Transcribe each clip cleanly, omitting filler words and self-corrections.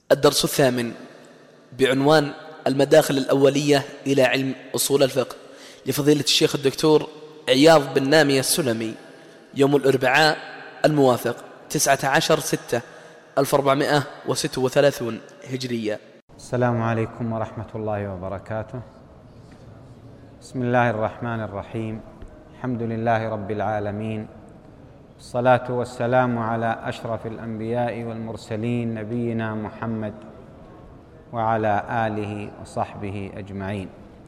الدرس الثامن بعنوان المداخل الأولية إلى علم أصول الفقه، لفضيلة الشيخ الدكتور عياض بن نامية السلمي، يوم الأربعاء الموافق 19/6/1436 هجرية. السلام عليكم ورحمة الله وبركاته. بسم الله الرحمن الرحيم. الحمد لله رب العالمين، الصلاة والسلام على أشرف الأنبياء والمرسلين نبينا محمد وعلى آله وصحبه أجمعين،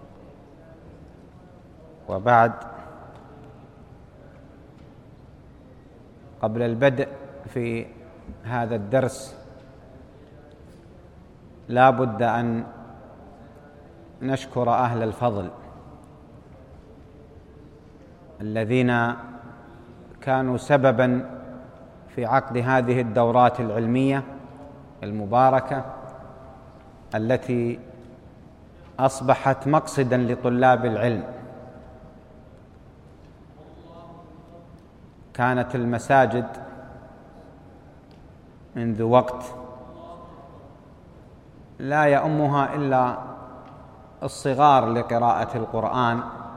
وبعد. قبل البدء في هذا الدرس لا بد أن نشكر أهل الفضل الذين كانوا سبباً في عقد هذه الدورات العلمية المباركة التي أصبحت مقصداً لطلاب العلم. كانت المساجد منذ وقت لا يؤمها إلا الصغار لقراءة القرآن،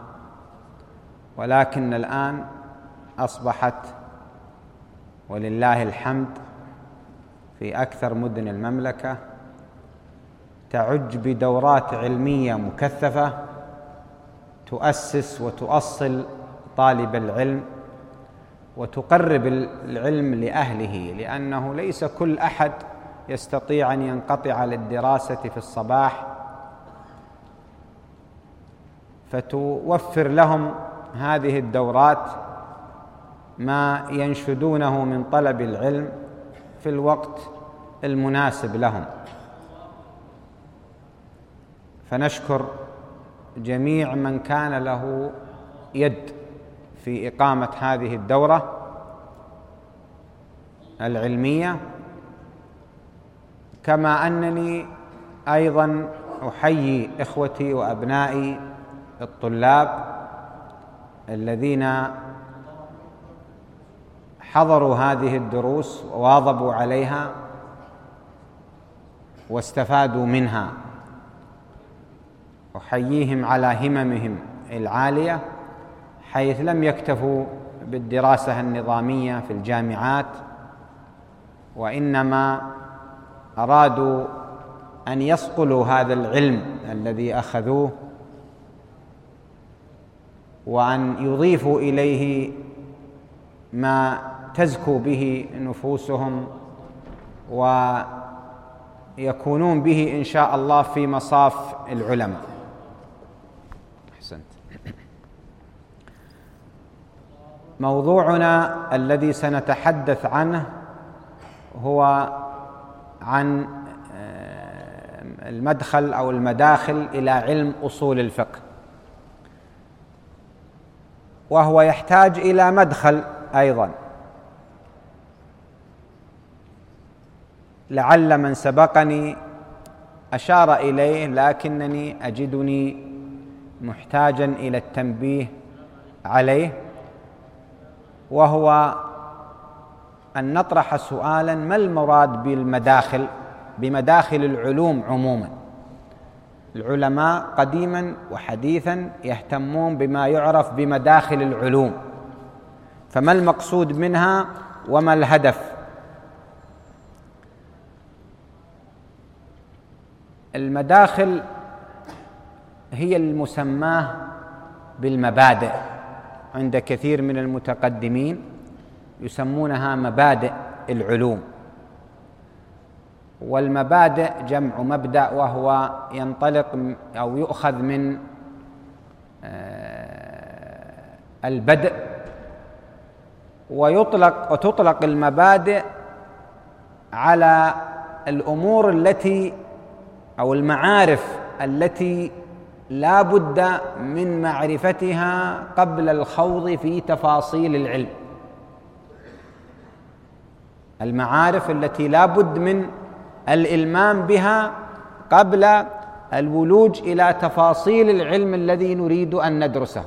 ولكن الآن أصبحت ولله الحمد في أكثر مدن المملكة تعج بدورات علمية مكثفة تؤسس وتؤصل طالب العلم وتقرب العلم لأهله، لأنه ليس كل أحد يستطيع أن ينقطع للدراسة في الصباح، فتوفر لهم هذه الدورات ما ينشدونه من طلب العلم في الوقت المناسب لهم. فنشكر جميع من كان له يد في إقامة هذه الدورة العلمية، كما أنني أيضا أحيي إخوتي وأبنائي الطلاب الذين حضروا هذه الدروس وواظبوا عليها واستفادوا منها. أحييهم على هممهم العالية، حيث لم يكتفوا بالدراسة النظامية في الجامعات، وإنما أرادوا أن يصقلوا هذا العلم الذي أخذوه وأن يضيفوا إليه ما تزكو به نفوسهم ويكونون به إن شاء الله في مصاف العلماء. أحسنت. موضوعنا الذي سنتحدث عنه هو عن المدخل أو المداخل إلى علم أصول الفقه، وهو يحتاج إلى مدخل أيضا. لعل من سبقني أشار إليه، لكنني أجدني محتاجا إلى التنبيه عليه، وهو أن نطرح سؤالا: ما المراد بمداخل العلوم عموما؟ العلماء قديما وحديثا يهتمون بما يعرف بمداخل العلوم، فما المقصود منها وما الهدف؟ المداخل هي المسماة بالمبادئ عند كثير من المتقدمين، يسمونها مبادئ العلوم. والمبادئ جمع مبدأ، وهو ينطلق أو يؤخذ من البدء، وتطلق المبادئ على الأمور التي أو المعارف التي لا بد من معرفتها قبل الخوض في تفاصيل العلم. المعارف التي لا بد من الإلمام بها قبل الولوج إلى تفاصيل العلم الذي نريد أن ندرسه.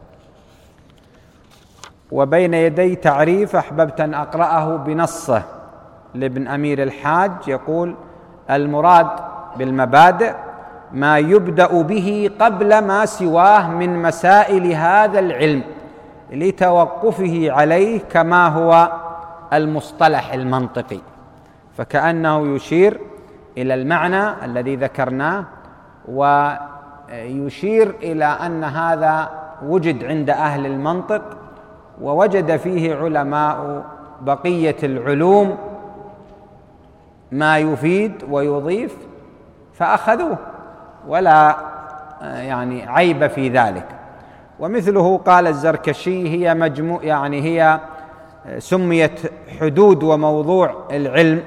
وبين يدي تعريف أحببت أن أقرأه بنصه لابن أمير الحاج، يقول: المراد بالمبادئ ما يبدأ به قبل ما سواه من مسائل هذا العلم لتوقفه عليه كما هو المصطلح المنطقي، فكأنه يشير إلى المعنى الذي ذكرناه، ويشير إلى أن هذا وجد عند أهل المنطق، ووجد فيه علماء بقية العلوم ما يفيد ويضيف فأخذوه، ولا يعني عيب في ذلك. ومثله قال الزركشي هي سميت حدود وموضوع العلم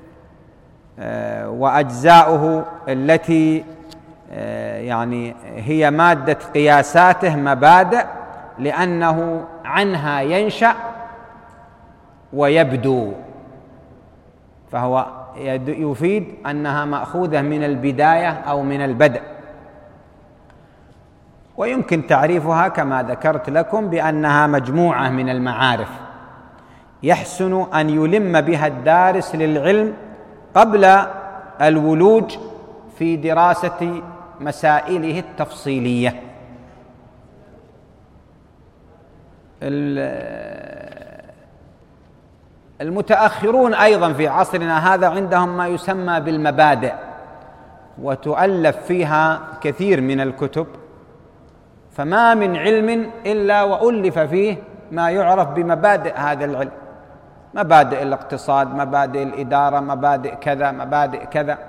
وأجزاؤه التي يعني هي مادة قياساته مبادئ، لأنه عنها ينشأ ويبدو، فهو يفيد أنها مأخوذة من البداية أو من البدء. ويمكن تعريفها كما ذكرت لكم بأنها مجموعة من المعارف يحسن أن يلم بها الدارس للعلم قبل الولوج في دراسة مسائله التفصيلية. المتأخرون أيضا في عصرنا هذا عندهم ما يسمى بالمبادئ، وتؤلف فيها كثير من الكتب، فما من علم إلا وألف فيه ما يعرف بمبادئ هذا العلم، مبادئ الاقتصاد، مبادئ الإدارة، مبادئ كذا، مبادئ كذا.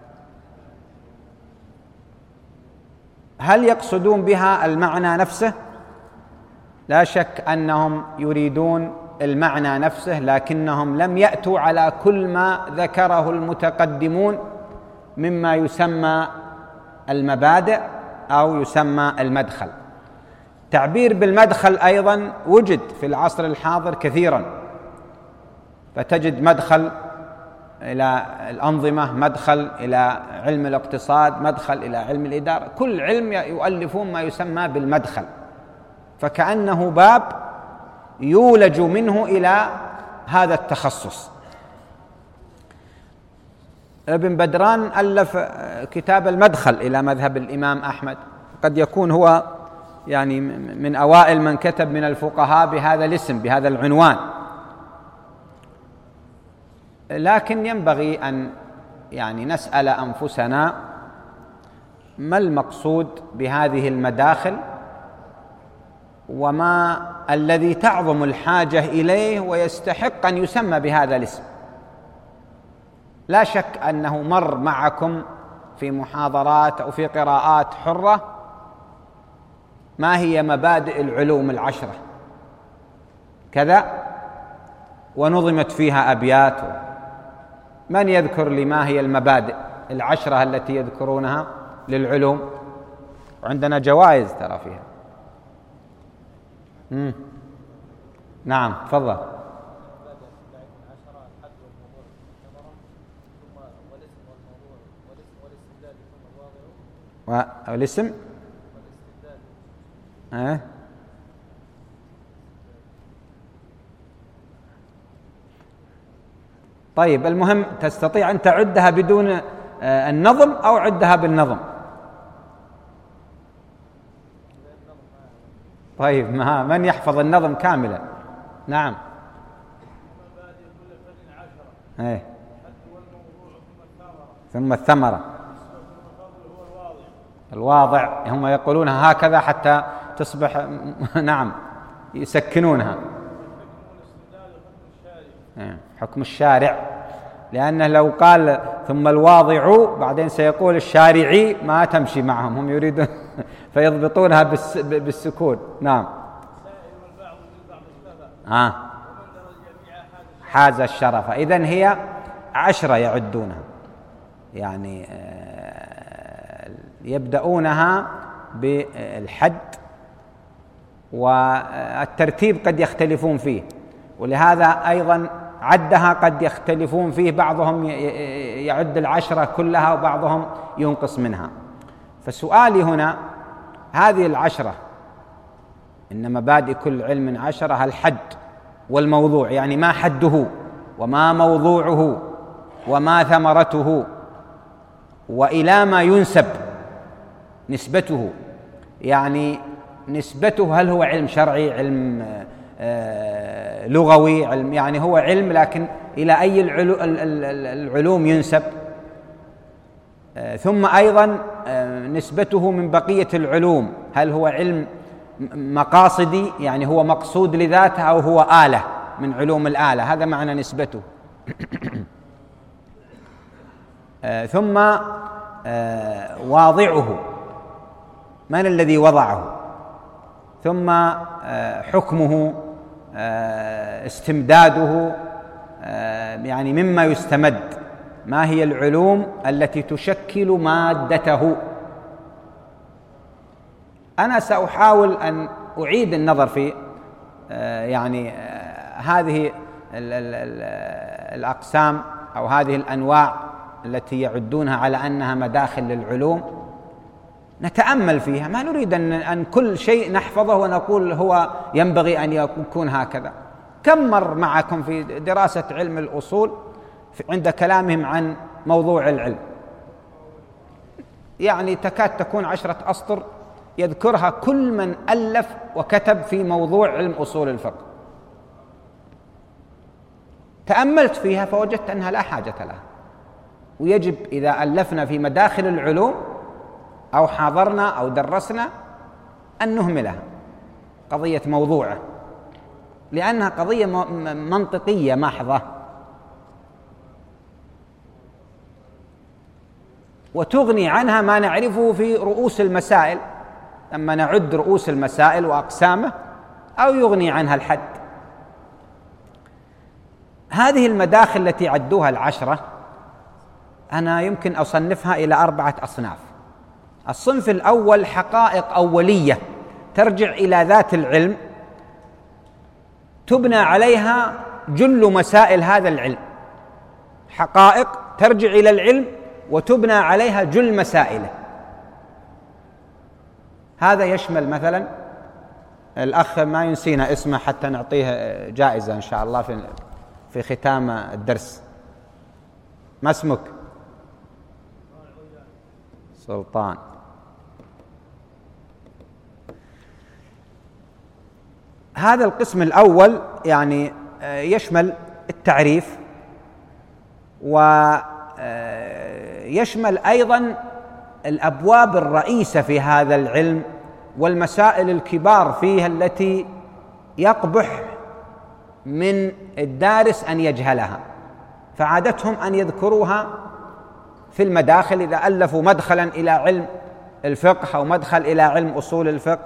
هل يقصدون بها المعنى نفسه؟ لا شك أنهم يريدون المعنى نفسه، لكنهم لم يأتوا على كل ما ذكره المتقدمون مما يسمى المبادئ أو يسمى المدخل. تعبير بالمدخل أيضا وجد في العصر الحاضر كثيرا، فتجد مدخل إلى الأنظمة، مدخل إلى علم الاقتصاد، مدخل إلى علم الإدارة، كل علم يؤلفون ما يسمى بالمدخل، فكأنه باب يولج منه إلى هذا التخصص. ابن بدران ألف كتاب المدخل إلى مذهب الإمام أحمد، قد يكون هو يعني من أوائل من كتب من الفقهاء بهذا الاسم، بهذا العنوان. لكن ينبغي أن يعني نسأل أنفسنا ما المقصود بهذه المداخل، وما الذي تعظم الحاجة إليه ويستحق أن يسمى بهذا الاسم. لا شك أنه مر معكم في محاضرات أو في قراءات حرة ما هي مبادئ العلوم العشرة كذا، ونظمت فيها أبيات. من يذكر لي ما هي المبادئ العشرة التي يذكرونها للعلوم؟ وعندنا جوائز ترى فيها. نعم تفضل. والاسم طيب، المهم تستطيع أن تعدها بدون النظم أو عدها بالنظم. طيب، من يحفظ النظم كاملا؟ نعم. ثم الثمرة، الواضع، هم يقولونها هكذا حتى تصبح نعم يسكنونها حكم الشارع، لأنه لو قال ثم الواضع بعدين سيقول الشارعي ما تمشي معهم، هم يريدون فيضبطونها بالسكون. نعم. حاز الشرف. إذن هي 10 يعدونها، يعني يبدأونها بالحد، والترتيب قد يختلفون فيه، ولهذا أيضا عدها قد يختلفون فيه، بعضهم يعد 10 كلها وبعضهم ينقص منها. فسؤالي هنا، هذه 10 إن مبادئ كل علم 10، الحد والموضوع، يعني ما حده وما موضوعه وما ثمرته وإلى ما ينسب نسبته، يعني نسبته هل هو علم شرعي، علم لغوي، علم يعني هو علم لكن إلى أي العلوم ينسب. ثم أيضا نسبته من بقية العلوم، هل هو علم مقاصدي يعني هو مقصود لذاته أو هو آلة من علوم الآلة، هذا معنى نسبته. ثم واضعه، من الذي وضعه، ثم حكمه، استمداده، يعني مما يستمد، ما هي العلوم التي تشكل مادته. أنا سأحاول أن أعيد النظر في يعني هذه الأقسام أو هذه الأنواع التي يعدونها على أنها مداخل للعلوم، نتأمل فيها، ما نريد أن كل شيء نحفظه ونقول هو ينبغي أن يكون هكذا. كم مر معكم في دراسة علم الأصول عند كلامهم عن موضوع العلم، يعني تكاد تكون 10 أسطر يذكرها كل من ألف وكتب في موضوع علم أصول الفقه. تأملت فيها فوجدت أنها لا حاجة لها، ويجب إذا ألفنا في مداخل العلوم أو حاضرنا أو درسنا أن نهملها قضية موضوعه، لأنها قضية منطقية محضة، وتغني عنها ما نعرفه في رؤوس المسائل لما نعد رؤوس المسائل وأقسامه، أو يغني عنها الحد. هذه المداخل التي عدوها 10 أنا يمكن أصنفها إلى 4 أصناف. الصنف الأول حقائق أولية ترجع إلى ذات العلم، تبنى عليها جل مسائل هذا العلم، حقائق ترجع إلى العلم وتبنى عليها جل مسائله. هذا يشمل مثلا الأخ ما ينسينا اسمه حتى نعطيه جائزة إن شاء الله في ختام الدرس. ما اسمك؟ سلطان. هذا القسم الأول يعني يشمل التعريف، ويشمل أيضا الأبواب الرئيسة في هذا العلم والمسائل الكبار فيها التي يقبح من الدارس أن يجهلها، فعادتهم أن يذكروها في المداخل إذا ألفوا مدخلا إلى علم الفقه أو مدخل إلى علم أصول الفقه.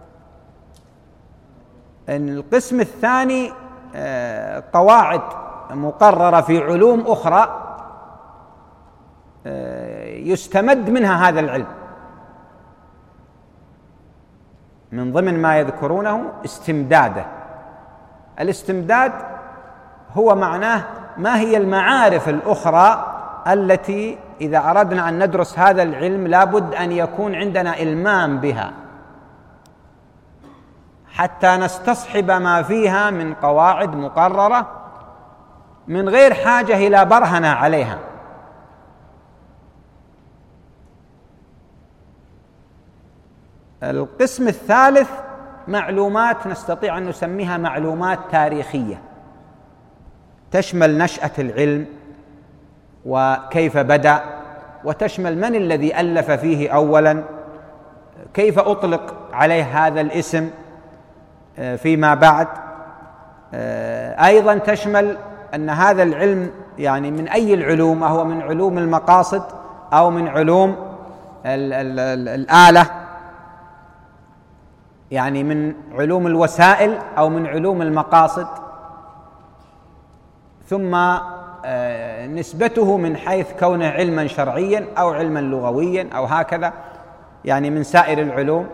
القسم الثاني قواعد مقررة في علوم أخرى يستمد منها هذا العلم، من ضمن ما يذكرونه استمداده. الاستمداد هو معناه ما هي المعارف الأخرى التي إذا أردنا أن ندرس هذا العلم لابد أن يكون عندنا إلمام بها حتى نستصحب ما فيها من قواعد مقررة من غير حاجة إلى برهنة عليها. القسم الثالث معلومات نستطيع أن نسميها معلومات تاريخية، تشمل نشأة العلم وكيف بدأ، وتشمل من الذي ألف فيه أولا، كيف أطلق عليه هذا الاسم فيما بعد. أيضا تشمل أن هذا العلم يعني من أي العلوم، أهو من علوم المقاصد أو من علوم الآلة، يعني من علوم الوسائل أو من علوم المقاصد. ثم نسبته من حيث كونه علما شرعيا أو علما لغويا أو هكذا، يعني من سائر العلوم.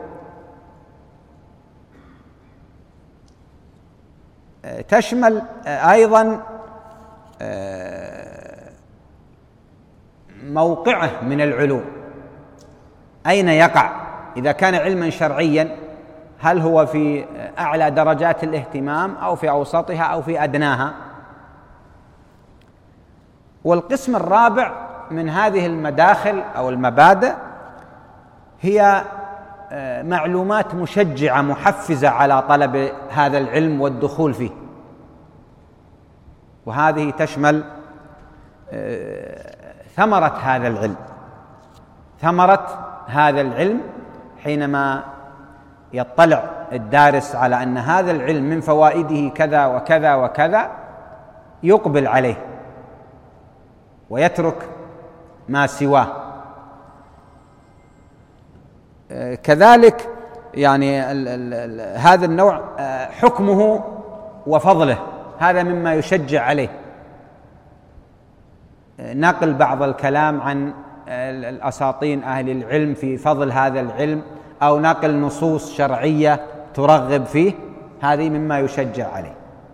تشمل أيضا موقعه من العلوم، أين يقع، إذا كان علما شرعيا هل هو في أعلى درجات الاهتمام أو في أوسطها أو في أدناها. والقسم الرابع من هذه المداخل أو المبادئ هي معلومات مشجعة محفزة على طلب هذا العلم والدخول فيه، وهذه تشمل ثمرة هذا العلم. ثمرة هذا العلم حينما يطلع الدارس على أن هذا العلم من فوائده كذا وكذا وكذا يقبل عليه ويترك ما سواه. كذلك يعني هذا النوع حكمه وفضله هذا مما يشجع عليه. نقل بعض الكلام عن الأساطين أهل العلم في فضل هذا العلم أو نقل نصوص شرعية ترغب فيه، هذه مما يشجع عليه.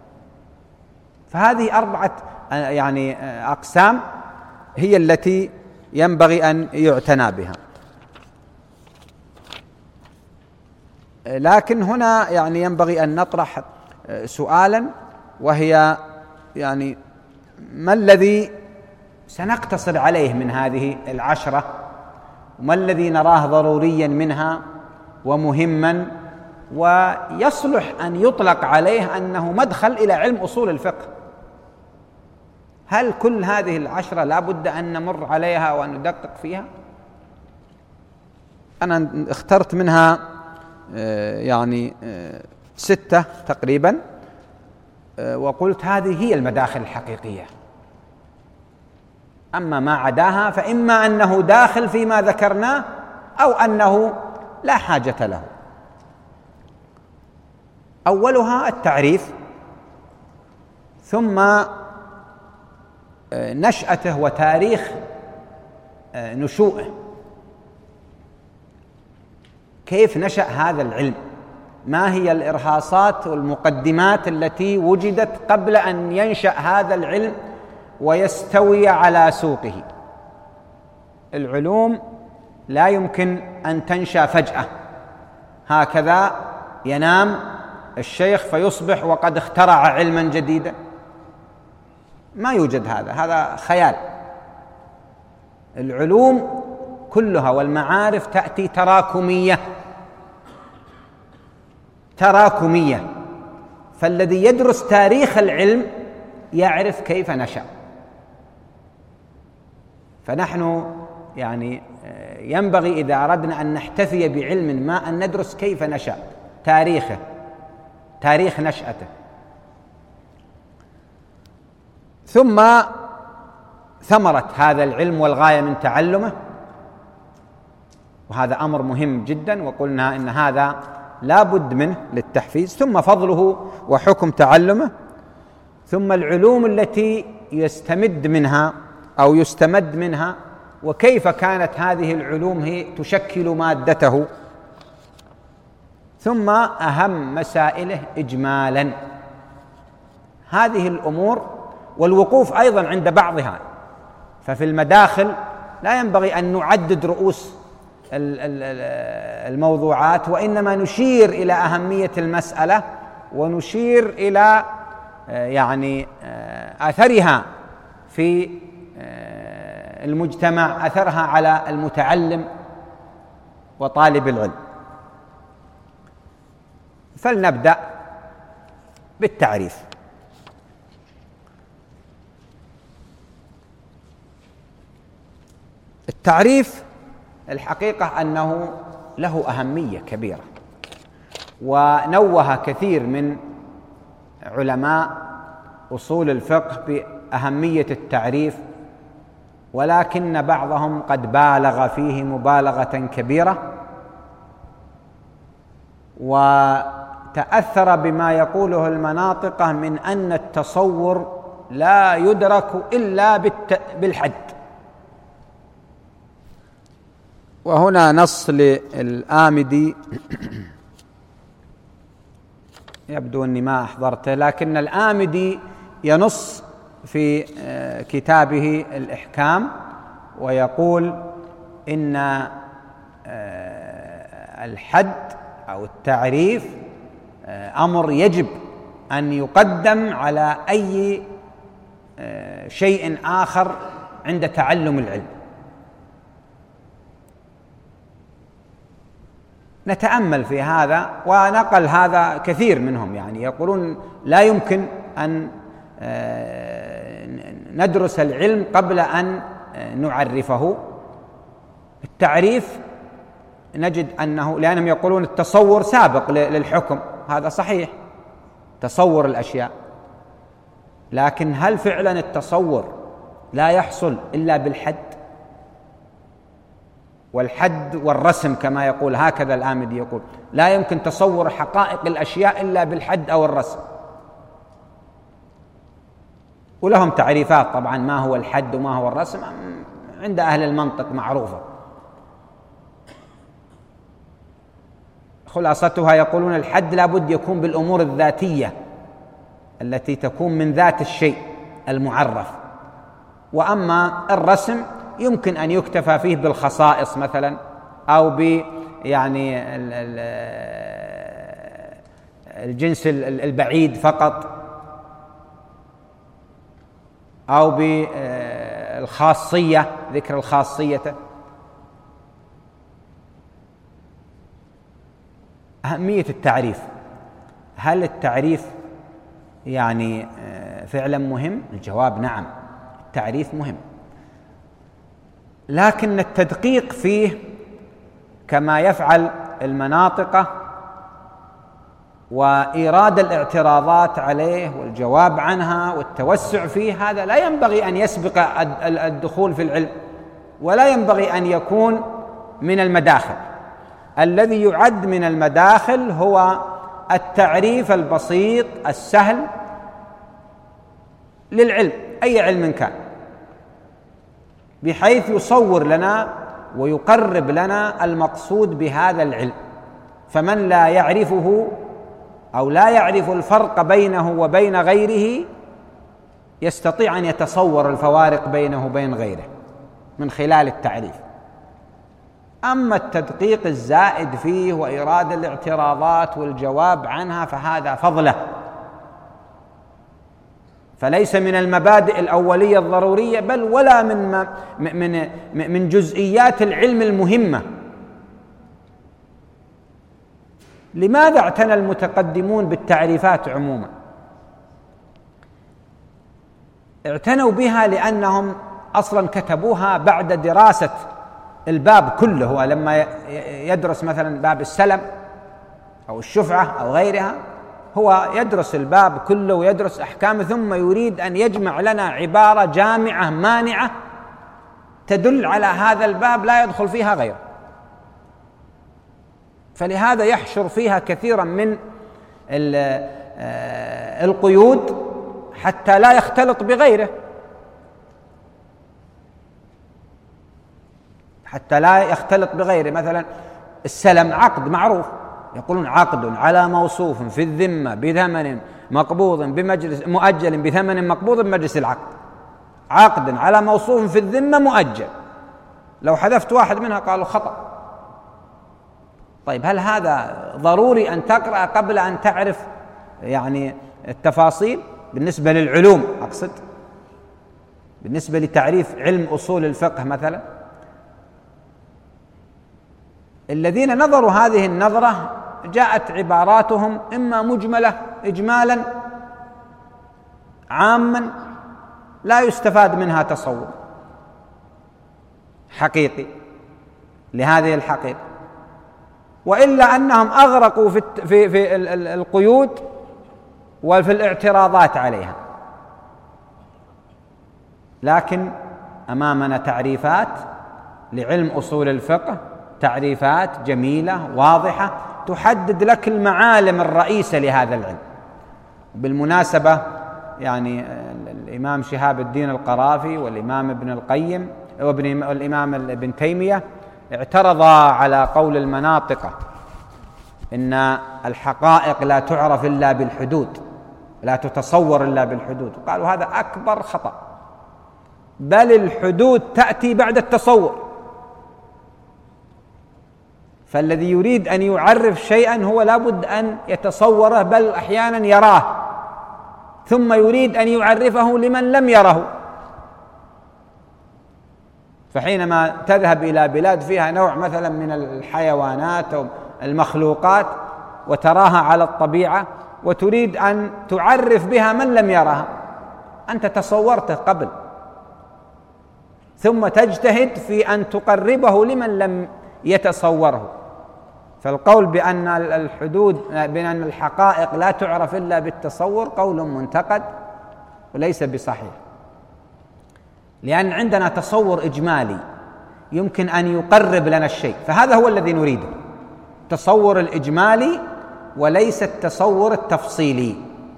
فهذه 4 يعني أقسام هي التي ينبغي أن يعتنى بها. لكن هنا يعني ينبغي أن نطرح سؤالا، وهي يعني ما الذي سنقتصر عليه من هذه 10، وما الذي نراه ضروريا منها ومهما ويصلح أن يطلق عليه أنه مدخل إلى علم أصول الفقه؟ هل كل هذه 10 لا بد أن نمر عليها وأن ندقق فيها؟ أنا اخترت منها يعني 6 تقريبا، وقلت هذه هي المداخل الحقيقية. أما ما عداها فإما أنه داخل فيما ذكرناه أو أنه لا حاجة له. أولها التعريف، ثم نشأته وتاريخ نشوئه، كيف نشأ هذا العلم، ما هي الإرهاصات والمقدمات التي وجدت قبل أن ينشأ هذا العلم ويستوي على سوقه. العلوم لا يمكن أن تنشأ فجأة هكذا ينام الشيخ فيصبح وقد اخترع علما جديدا، ما يوجد هذا خيال. العلوم كلها والمعارف تأتي تراكمية، فالذي يدرس تاريخ العلم يعرف كيف نشأ. فنحن يعني ينبغي إذا أردنا أن نحتفي بعلم ما أن ندرس كيف نشأ، تاريخه، تاريخ نشأته. ثم ثمرة هذا العلم والغاية من تعلمه، وهذا أمر مهم جدا وقلنا إن هذا لا بد منه للتحفيز. ثم فضله وحكم تعلمه، ثم العلوم التي يستمد منها وكيف كانت هذه العلوم هي تشكل مادته، ثم أهم مسائله إجمالا. هذه الأمور والوقوف أيضا عند بعضها، ففي المداخل لا ينبغي أن نعدد رؤوس الموضوعات، وإنما نشير إلى أهمية المسألة ونشير إلى يعني أثرها في المجتمع، أثرها على المتعلم وطالب العلم. فلنبدأ بالتعريف. التعريف الحقيقة أنه له أهمية كبيرة، ونوه كثير من علماء أصول الفقه بأهمية التعريف، ولكن بعضهم قد بالغ فيه مبالغة كبيرة، وتأثر بما يقوله المناطقة من أن التصور لا يدرك إلا بالحد. وهنا نص للآمدي، يبدو أني ما أحضرته، لكن الآمدي ينص في كتابه الإحكام ويقول إن الحد أو التعريف أمر يجب أن يقدم على أي شيء آخر عند تعلم العلم. نتأمل في هذا، ونقل هذا كثير منهم، يعني يقولون لا يمكن أن ندرس العلم قبل أن نعرفه. التعريف نجد أنه، لأنهم يقولون التصور سابق للحكم، هذا صحيح، تصور الأشياء، لكن هل فعلا التصور لا يحصل إلا بالحد؟ والحد والرسم كما يقول، هكذا الآمدي يقول لا يمكن تصور حقائق الأشياء إلا بالحد أو الرسم. ولهم تعريفات طبعا، ما هو الحد وما هو الرسم عند أهل المنطق معروفة. خلاصتها يقولون الحد لا بد يكون بالأمور الذاتية التي تكون من ذات الشيء المعرف، وأما الرسم يمكن أن يكتفى فيه بالخصائص مثلا، أو يعني الجنس البعيد فقط، أو بالخاصية، ذكر الخاصية. أهمية التعريف، هل التعريف يعني فعلا مهم؟ الجواب نعم، التعريف مهم، لكن التدقيق فيه كما يفعل المناطقة وإيراد الاعتراضات عليه والجواب عنها والتوسع فيه، هذا لا ينبغي أن يسبق الدخول في العلم، ولا ينبغي أن يكون من المداخل. الذي يعد من المداخل هو التعريف البسيط السهل للعلم، أي علم كان، بحيث يصور لنا ويقرب لنا المقصود بهذا العلم. فمن لا يعرفه أو لا يعرف الفرق بينه وبين غيره يستطيع أن يتصور الفوارق بينه وبين غيره من خلال التعريف. أما التدقيق الزائد فيه وإيراد الاعتراضات والجواب عنها فهذا فضله، فليس من المبادئ الأولية الضرورية، بل ولا من جزئيات العلم المهمة. لماذا اعتنى المتقدمون بالتعريفات عموما؟ اعتنوا بها لأنهم أصلا كتبوها بعد دراسة الباب كله. لما يدرس مثلا باب السلم أو الشفعة أو غيرها، هو يدرس الباب كله ويدرس أحكامه، ثم يريد أن يجمع لنا عبارة جامعة مانعة تدل على هذا الباب لا يدخل فيها غيره، فلهذا يحشر فيها كثيرا من القيود حتى لا يختلط بغيره، مثلا السلم عقد معروف، يقولون عقد على موصوف في الذمة بثمن مقبوض بمجلس مؤجل بثمن مقبوض بمجلس العقد، عقد على موصوف في الذمة مؤجل. لو حذفت واحد منها قالوا خطأ. طيب هل هذا ضروري أن تقرأ قبل أن تعرف يعني التفاصيل؟ بالنسبة للعلوم أقصد، بالنسبة لتعريف علم أصول الفقه مثلا، الذين نظروا هذه النظرة جاءت عباراتهم إما مجملة إجمالا عاما لا يستفاد منها تصور حقيقي لهذه الحقيقة، وإلا أنهم أغرقوا في القيود وفي الاعتراضات عليها. لكن أمامنا تعريفات لعلم أصول الفقه، تعريفات جميلة واضحة تحدد لك المعالم الرئيسة لهذا العلم. بالمناسبة يعني الإمام شهاب الدين القرافي والإمام ابن القيم والإمام ابن تيمية اعترضا على قول المناطقة إن الحقائق لا تعرف إلا بالحدود، لا تتصور إلا بالحدود. قالوا هذا أكبر خطأ، بل الحدود تأتي بعد التصور. فالذي يريد أن يعرف شيئا هو لابد أن يتصوره، بل أحيانا يراه، ثم يريد أن يعرفه لمن لم يره. فحينما تذهب إلى بلاد فيها نوع مثلا من الحيوانات أو المخلوقات وتراها على الطبيعة وتريد أن تعرف بها من لم يرها، أنت تصورته قبل، ثم تجتهد في أن تقربه لمن لم يتصوره. فالقول بأن بأن الحقائق لا تعرف إلا بالتصور قول منتقد وليس بصحيح، لأن عندنا تصور إجمالي يمكن أن يقرب لنا الشيء، فهذا هو الذي نريده، التصور الإجمالي وليس التصور التفصيلي.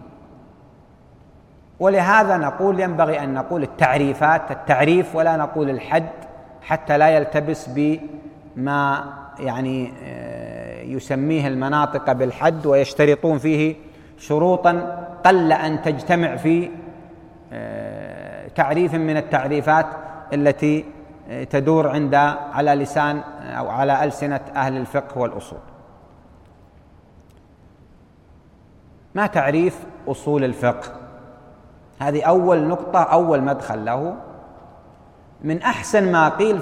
ولهذا نقول ينبغي أن نقول التعريف ولا نقول الحد، حتى لا يلتبس بما يعني يسميه المناطق بالحد ويشترطون فيه شروطا قل أن تجتمع في تعريف من التعريفات التي تدور على لسان أو على ألسنة أهل الفقه والأصول. ما تعريف أصول الفقه؟ هذه أول نقطة، أول مدخل له. من أحسن ما قيل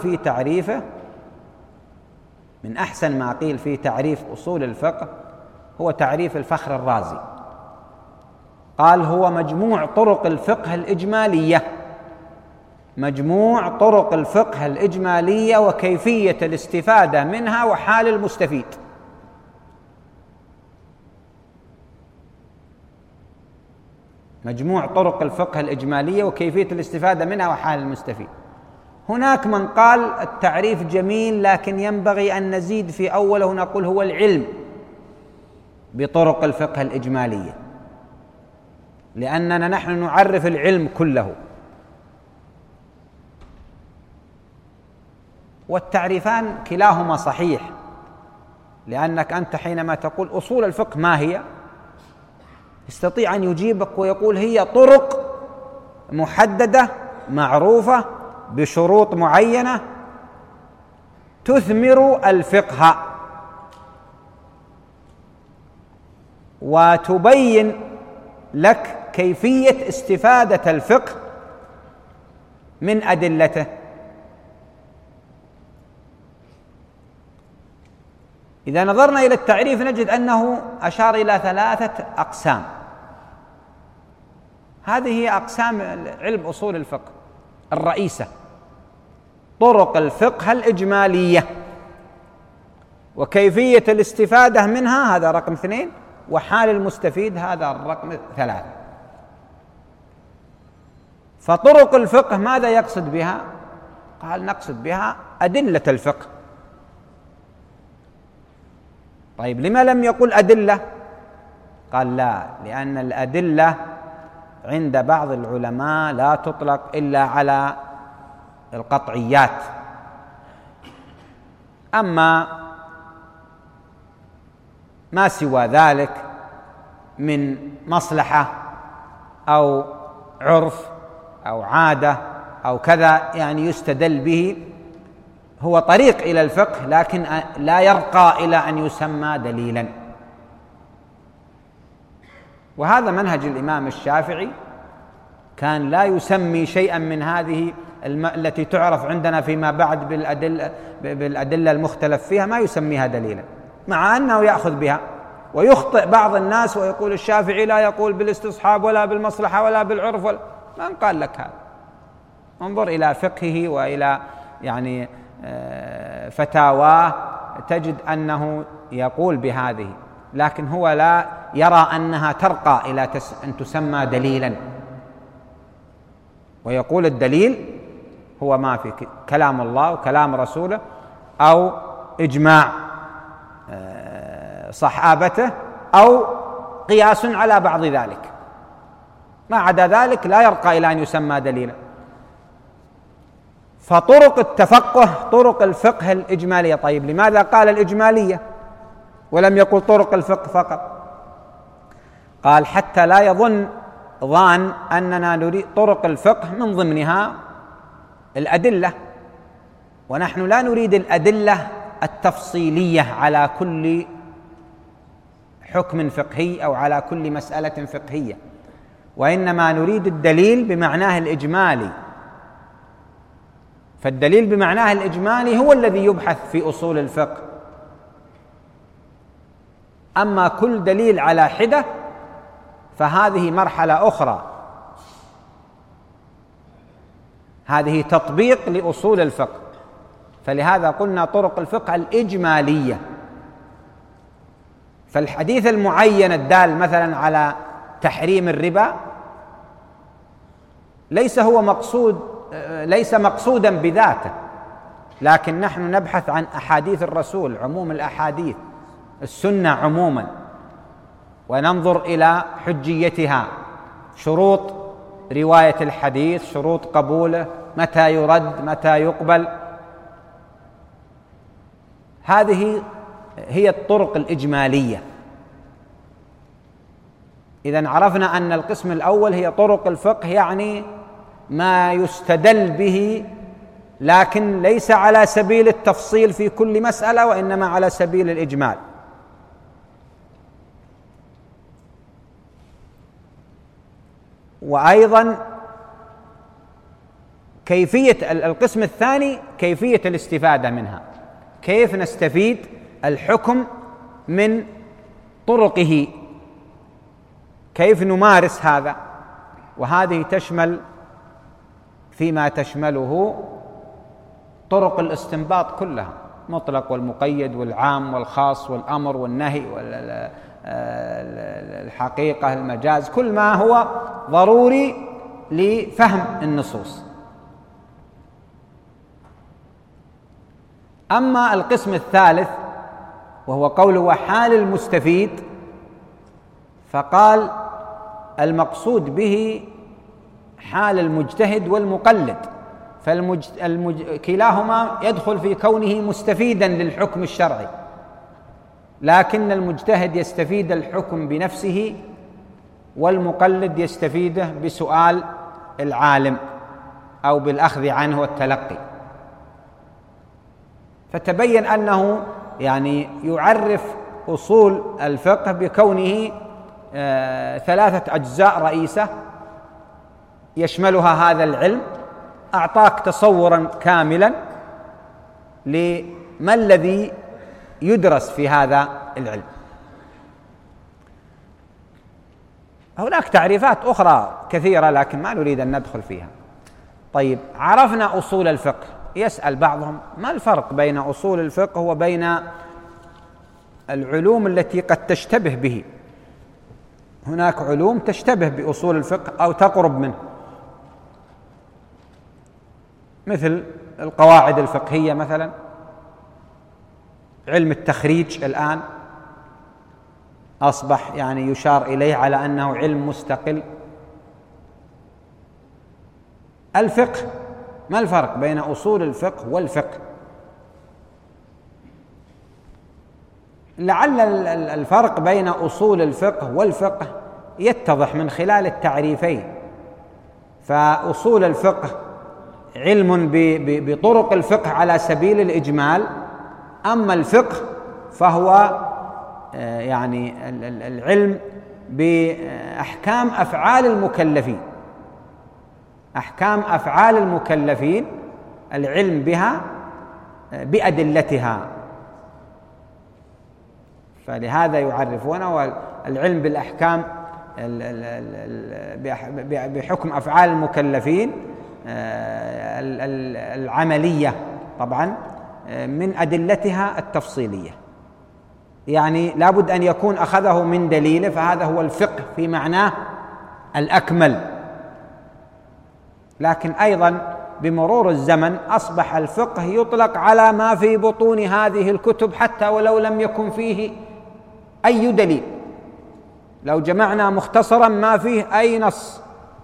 في تعريف أصول الفقه هو تعريف الفخر الرازي، قال هو مجموع طرق الفقه الإجمالية وكيفية الاستفادة منها وحال المستفيد. مجموع طرق الفقه الإجمالية وكيفية الاستفادة منها وحال المستفيد. هناك من قال التعريف جميل لكن ينبغي أن نزيد في أوله، نقول هو العلم بطرق الفقه الإجمالية، لأننا نحن نعرف العلم كله. والتعريفان كلاهما صحيح، لأنك أنت حينما تقول أصول الفقه ما هي، يستطيع أن يجيبك ويقول هي طرق محددة معروفة بشروط معينة تثمر الفقه وتبين لك كيفية استفادة الفقه من أدلته. إذا نظرنا إلى التعريف نجد أنه أشار إلى 3 أقسام. هذه هي أقسام علم أصول الفقه الرئيسة: طرق الفقه الإجمالية وكيفية الاستفادة منها، هذا رقم 2، وحال المستفيد، هذا الرقم 3. فطرق الفقه ماذا يقصد بها؟ قال نقصد بها أدلة الفقه. طيب لما لم يقل أدلة؟ قال لا، لأن الأدلة عند بعض العلماء لا تطلق إلا على القطعيات، أما ما سوى ذلك من مصلحة أو عرف أو عادة أو كذا يعني يستدل به، هو طريق إلى الفقه لكن لا يرقى إلى أن يسمى دليلا. وهذا منهج الإمام الشافعي، كان لا يسمي شيئا من هذه التي تعرف عندنا فيما بعد بالأدلة المختلف فيها، ما يسميها دليلا، مع أنه يأخذ بها. ويخطئ بعض الناس ويقول الشافعي لا يقول بالاستصحاب ولا بالمصلحة ولا بالعرف من قال لك هذا؟ انظر إلى فقهه وإلى يعني فتاواه تجد أنه يقول بهذه، لكن هو لا يرى أنها ترقى إلى أن تسمى دليلا، ويقول الدليل هو ما في كلام الله وكلام رسوله أو إجماع صحابته أو قياس على بعض ذلك، ما عدا ذلك لا يرقى إلى أن يسمى دليلا. فطرق التفقه طرق الفقه الإجمالية. طيب لماذا قال الإجمالية ولم يقل طرق الفقه فقط؟ قال حتى لا يظن ظان أننا نريد طرق الفقه من ضمنها الأدلة، ونحن لا نريد الأدلة التفصيلية على كل حكم فقهي أو على كل مسألة فقهية، وإنما نريد الدليل بمعناه الإجمالي. فالدليل بمعناه الإجمالي هو الذي يبحث في أصول الفقه. أما كل دليل على حدة فهذه مرحلة أخرى، هذه تطبيق لأصول الفقه. فلهذا قلنا طرق الفقه الإجمالية. فالحديث المعين الدال مثلا على تحريم الربا ليس مقصودا بذاته، لكن نحن نبحث عن أحاديث الرسول، عموم الأحاديث، السنة عموما، وننظر إلى حجيتها، شروط رواية الحديث، شروط قبوله، متى يرد، متى يقبل. هذه هي الطرق الإجمالية. إذن عرفنا أن القسم الأول هي طرق الفقه، يعني ما يستدل به، لكن ليس على سبيل التفصيل في كل مسألة، وإنما على سبيل الإجمال. وأيضا كيفية القسم الثاني كيفية الاستفادة منها، كيف نستفيد الحكم من طرقه، كيف نمارس هذا. وهذه تشمل فيما تشمله طرق الاستنباط كلها، مطلق والمقيد والعام والخاص والأمر والنهي والحقيقة المجاز، كل ما هو ضروري لفهم النصوص. أما القسم الثالث وهو قوله وحال المستفيد، فقال المقصود به حال المجتهد والمقلد، كلاهما يدخل في كونه مستفيدا للحكم الشرعي، لكن المجتهد يستفيد الحكم بنفسه، والمقلد يستفيده بسؤال العالم أو بالأخذ عنه والتلقي. فتبين أنه يعني يعرف أصول الفقه بكونه 3 أجزاء رئيسة يشملها هذا العلم. أعطاك تصورا كاملا لما الذي يدرس في هذا العلم. هناك تعريفات أخرى كثيرة لكن ما نريد أن ندخل فيها. طيب، عرفنا أصول الفقه. يسأل بعضهم ما الفرق بين أصول الفقه وبين العلوم التي قد تشتبه به؟ هناك علوم تشتبه بأصول الفقه أو تقرب منه، مثل القواعد الفقهية مثلا، علم التخريج الآن أصبح يعني يشار إليه على أنه علم مستقل. الفقه، ما الفرق بين أصول الفقه والفقه؟ لعل الفرق بين أصول الفقه والفقه يتضح من خلال التعريفين. فأصول الفقه علم بطرق الفقه على سبيل الإجمال، أما الفقه فهو يعني العلم بأحكام أفعال المكلفين، أحكام أفعال المكلفين، العلم بها بأدلتها. فلهذا يعرفونه العلم بالأحكام بحكم أفعال المكلفين العملية، طبعا من أدلتها التفصيلية، يعني لابد أن يكون أخذه من دليله، فهذا هو الفقه في معناه الأكمل. لكن أيضا بمرور الزمن أصبح الفقه يطلق على ما في بطون هذه الكتب، حتى ولو لم يكن فيه أي دليل. لو جمعنا مختصرا ما فيه أي نص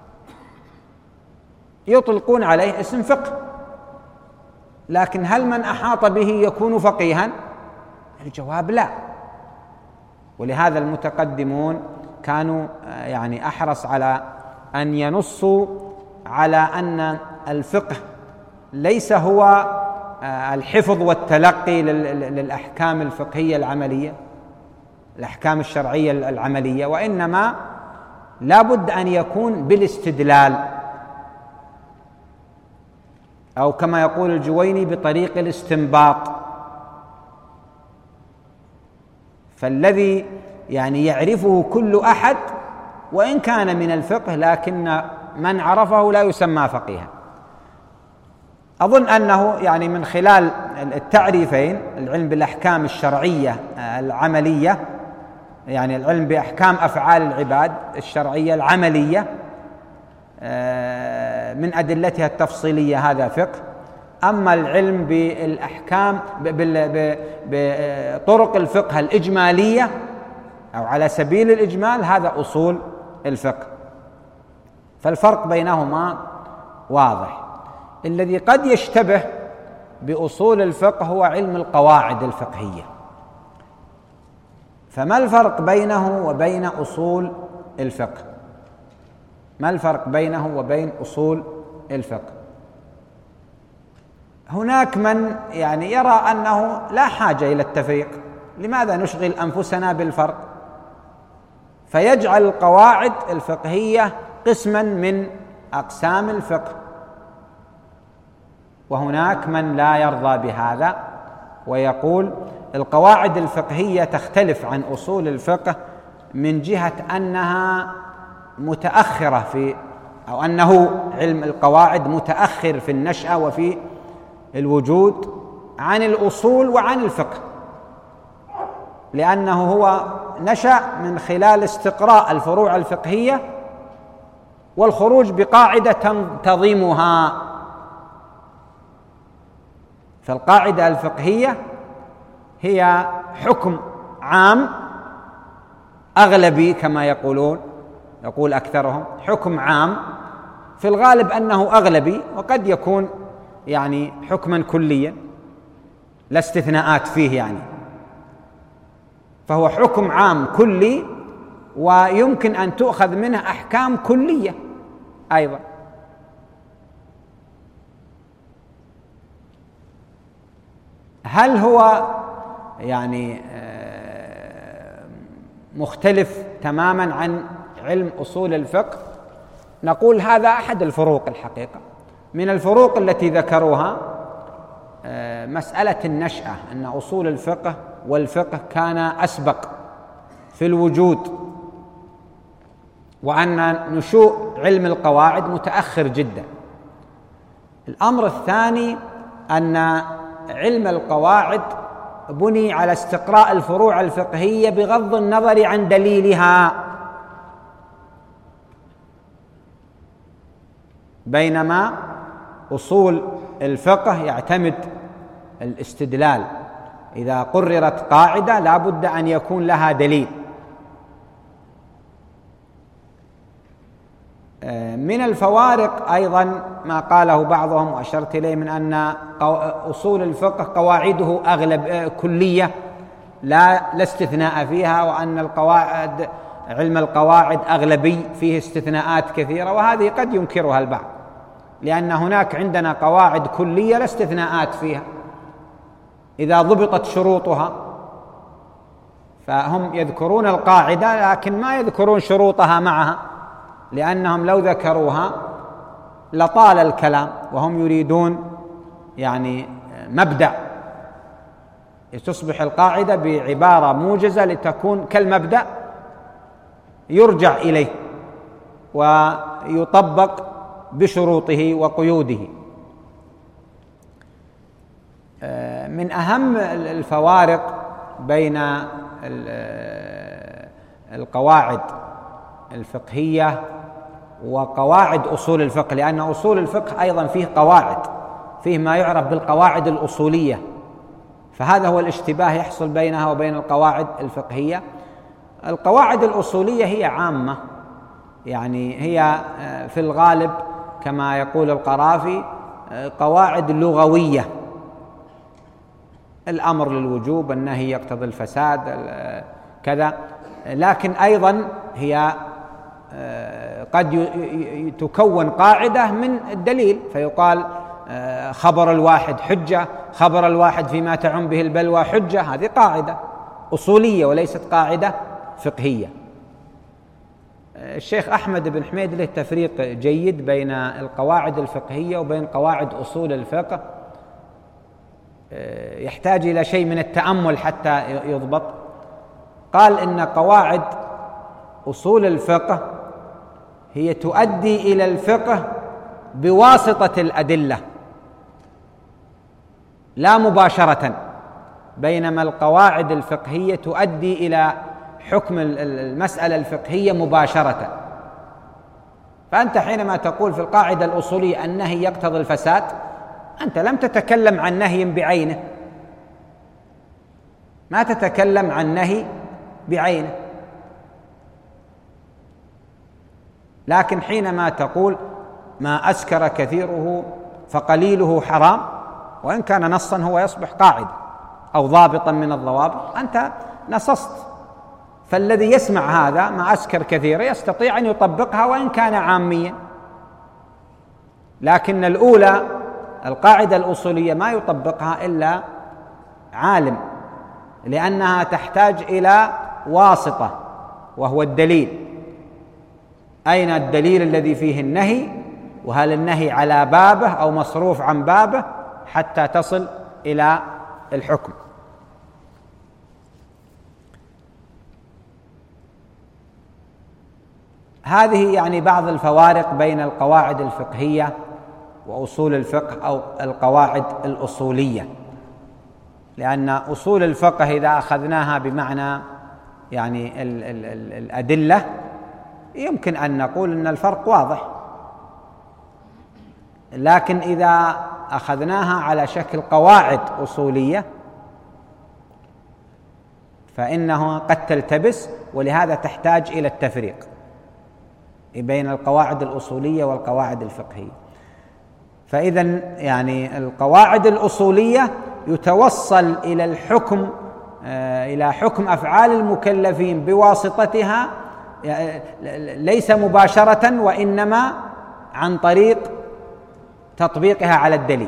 يطلقون عليه اسم فقه، لكن هل من أحاط به يكون فقيها؟ الجواب لا. ولهذا المتقدمون كانوا يعني أحرص على أن ينصوا على أن الفقه ليس هو الحفظ والتلقي للأحكام الفقهية العملية، الأحكام الشرعية العملية، وإنما لابد أن يكون بالاستدلال. أو كما يقول الجويني بطريق الاستنباط. فالذي يعني يعرفه كل أحد وإن كان من الفقه، لكن من عرفه لا يسمى فقيها. أظن أنه يعني من خلال التعريفين، العلم بالأحكام الشرعية العملية، يعني العلم بأحكام أفعال العباد الشرعية العملية من أدلتها التفصيلية، هذا فقه. أما العلم بالأحكام بطرق الفقه الإجمالية أو على سبيل الإجمال، هذا أصول الفقه. فالفرق بينهما واضح. الذي قد يشتبه بأصول الفقه هو علم القواعد الفقهية. فما الفرق بينه وبين أصول الفقه؟ ما الفرق بينه وبين أصول الفقه؟ هناك من يعني يرى أنه لا حاجة إلى التفريق، لماذا نشغل أنفسنا بالفرق؟ فيجعل القواعد الفقهية قسما من أقسام الفقه. وهناك من لا يرضى بهذا ويقول القواعد الفقهية تختلف عن أصول الفقه من جهة أنها متأخرة أو أنه علم القواعد متأخر في النشأة وفي الوجود عن الأصول وعن الفقه، لأنه هو نشأ من خلال استقراء الفروع الفقهية والخروج بقاعدة تنتظمها. فالقاعدة الفقهية هي حكم عام أغلبي كما يقول أكثرهم، حكم عام في الغالب أنه أغلبي، وقد يكون يعني حكما كليا لا استثناءات فيه يعني، فهو حكم عام كلي ويمكن أن تؤخذ منه أحكام كلية أيضا. هل هو يعني مختلف تماما عن علم أصول الفقه؟ نقول هذا أحد الفروق الحقيقة. من الفروق التي ذكروها مسألة النشأة، أن أصول الفقه والفقه كان أسبق في الوجود، وأن نشوء علم القواعد متأخر جدا. الأمر الثاني أن علم القواعد بني على استقراء الفروع الفقهية بغض النظر عن دليلها، بينما أصول الفقه يعتمد الاستدلال. إذا قررت قاعدة لا بد أن يكون لها دليل. من الفوارق أيضا ما قاله بعضهم وأشرت إليه، من أن أصول الفقه قواعده أغلب كلية لا استثناء فيها، وأن القواعد علم القواعد أغلبي فيه استثناءات كثيرة، وهذه قد ينكرها البعض، لأن هناك عندنا قواعد كلية لا استثناءات فيها إذا ضبطت شروطها. فهم يذكرون القاعدة لكن ما يذكرون شروطها معها، لأنهم لو ذكروها لطال الكلام، وهم يريدون يعني مبدأ تصبح القاعدة بعبارة موجزة لتكون كالمبدأ يرجع إليه ويطبق بشروطه وقيوده. من أهم الفوارق بين القواعد الفقهية وقواعد أصول الفقه، لأن أصول الفقه أيضا فيه قواعد، فيه ما يعرف بالقواعد الأصولية، فهذا هو الاشتباه يحصل بينها وبين القواعد الفقهية. القواعد الأصولية هي عامة، يعني هي في الغالب كما يقول القرافي قواعد لغوية، الأمر للوجوب، النهي يقتضي الفساد، كذا. لكن أيضا هي قد تكون قاعدة من الدليل، فيقال خبر الواحد حجة، خبر الواحد فيما تعم به البلوى حجة، هذه قاعدة أصولية وليست قاعدة فقهية. الشيخ أحمد بن حميد له تفريق جيد بين القواعد الفقهية وبين قواعد أصول الفقه، يحتاج إلى شيء من التأمل حتى يضبط. قال إن قواعد أصول الفقه هي تؤدي إلى الفقه بواسطة الأدلة لا مباشرة، بينما القواعد الفقهية تؤدي إلى حكم المسألة الفقهية مباشرة. فأنت حينما تقول في القاعدة الأصولية النهي يقتضي الفساد، أنت لم تتكلم عن نهي بعينه، ما تتكلم عن نهي بعينه، لكن حينما تقول ما أسكر كثيره فقليله حرام، وإن كان نصا هو يصبح قاعدة أو ضابطا من الضوابط، أنت نصصت. فالذي يسمع هذا ما أسكر كثيره يستطيع أن يطبقها وإن كان عاميا، لكن الأولى القاعدة الأصولية ما يطبقها إلا عالم، لأنها تحتاج إلى واسطة وهو الدليل. أين الدليل الذي فيه النهي، وهل النهي على بابه أو مصروف عن بابه حتى تصل إلى الحكم. هذه يعني بعض الفوارق بين القواعد الفقهية وأصول الفقه أو القواعد الأصولية، لأن أصول الفقه إذا أخذناها بمعنى يعني الأدلة يمكن أن نقول أن الفرق واضح، لكن إذا أخذناها على شكل قواعد أصولية فإنها قد تلتبس، ولهذا تحتاج إلى التفريق بين القواعد الأصولية والقواعد الفقهية. فإذا يعني القواعد الأصولية يتوصل إلى الحكم إلى حكم أفعال المكلفين بواسطتها، ليس مباشرة وإنما عن طريق تطبيقها على الدليل.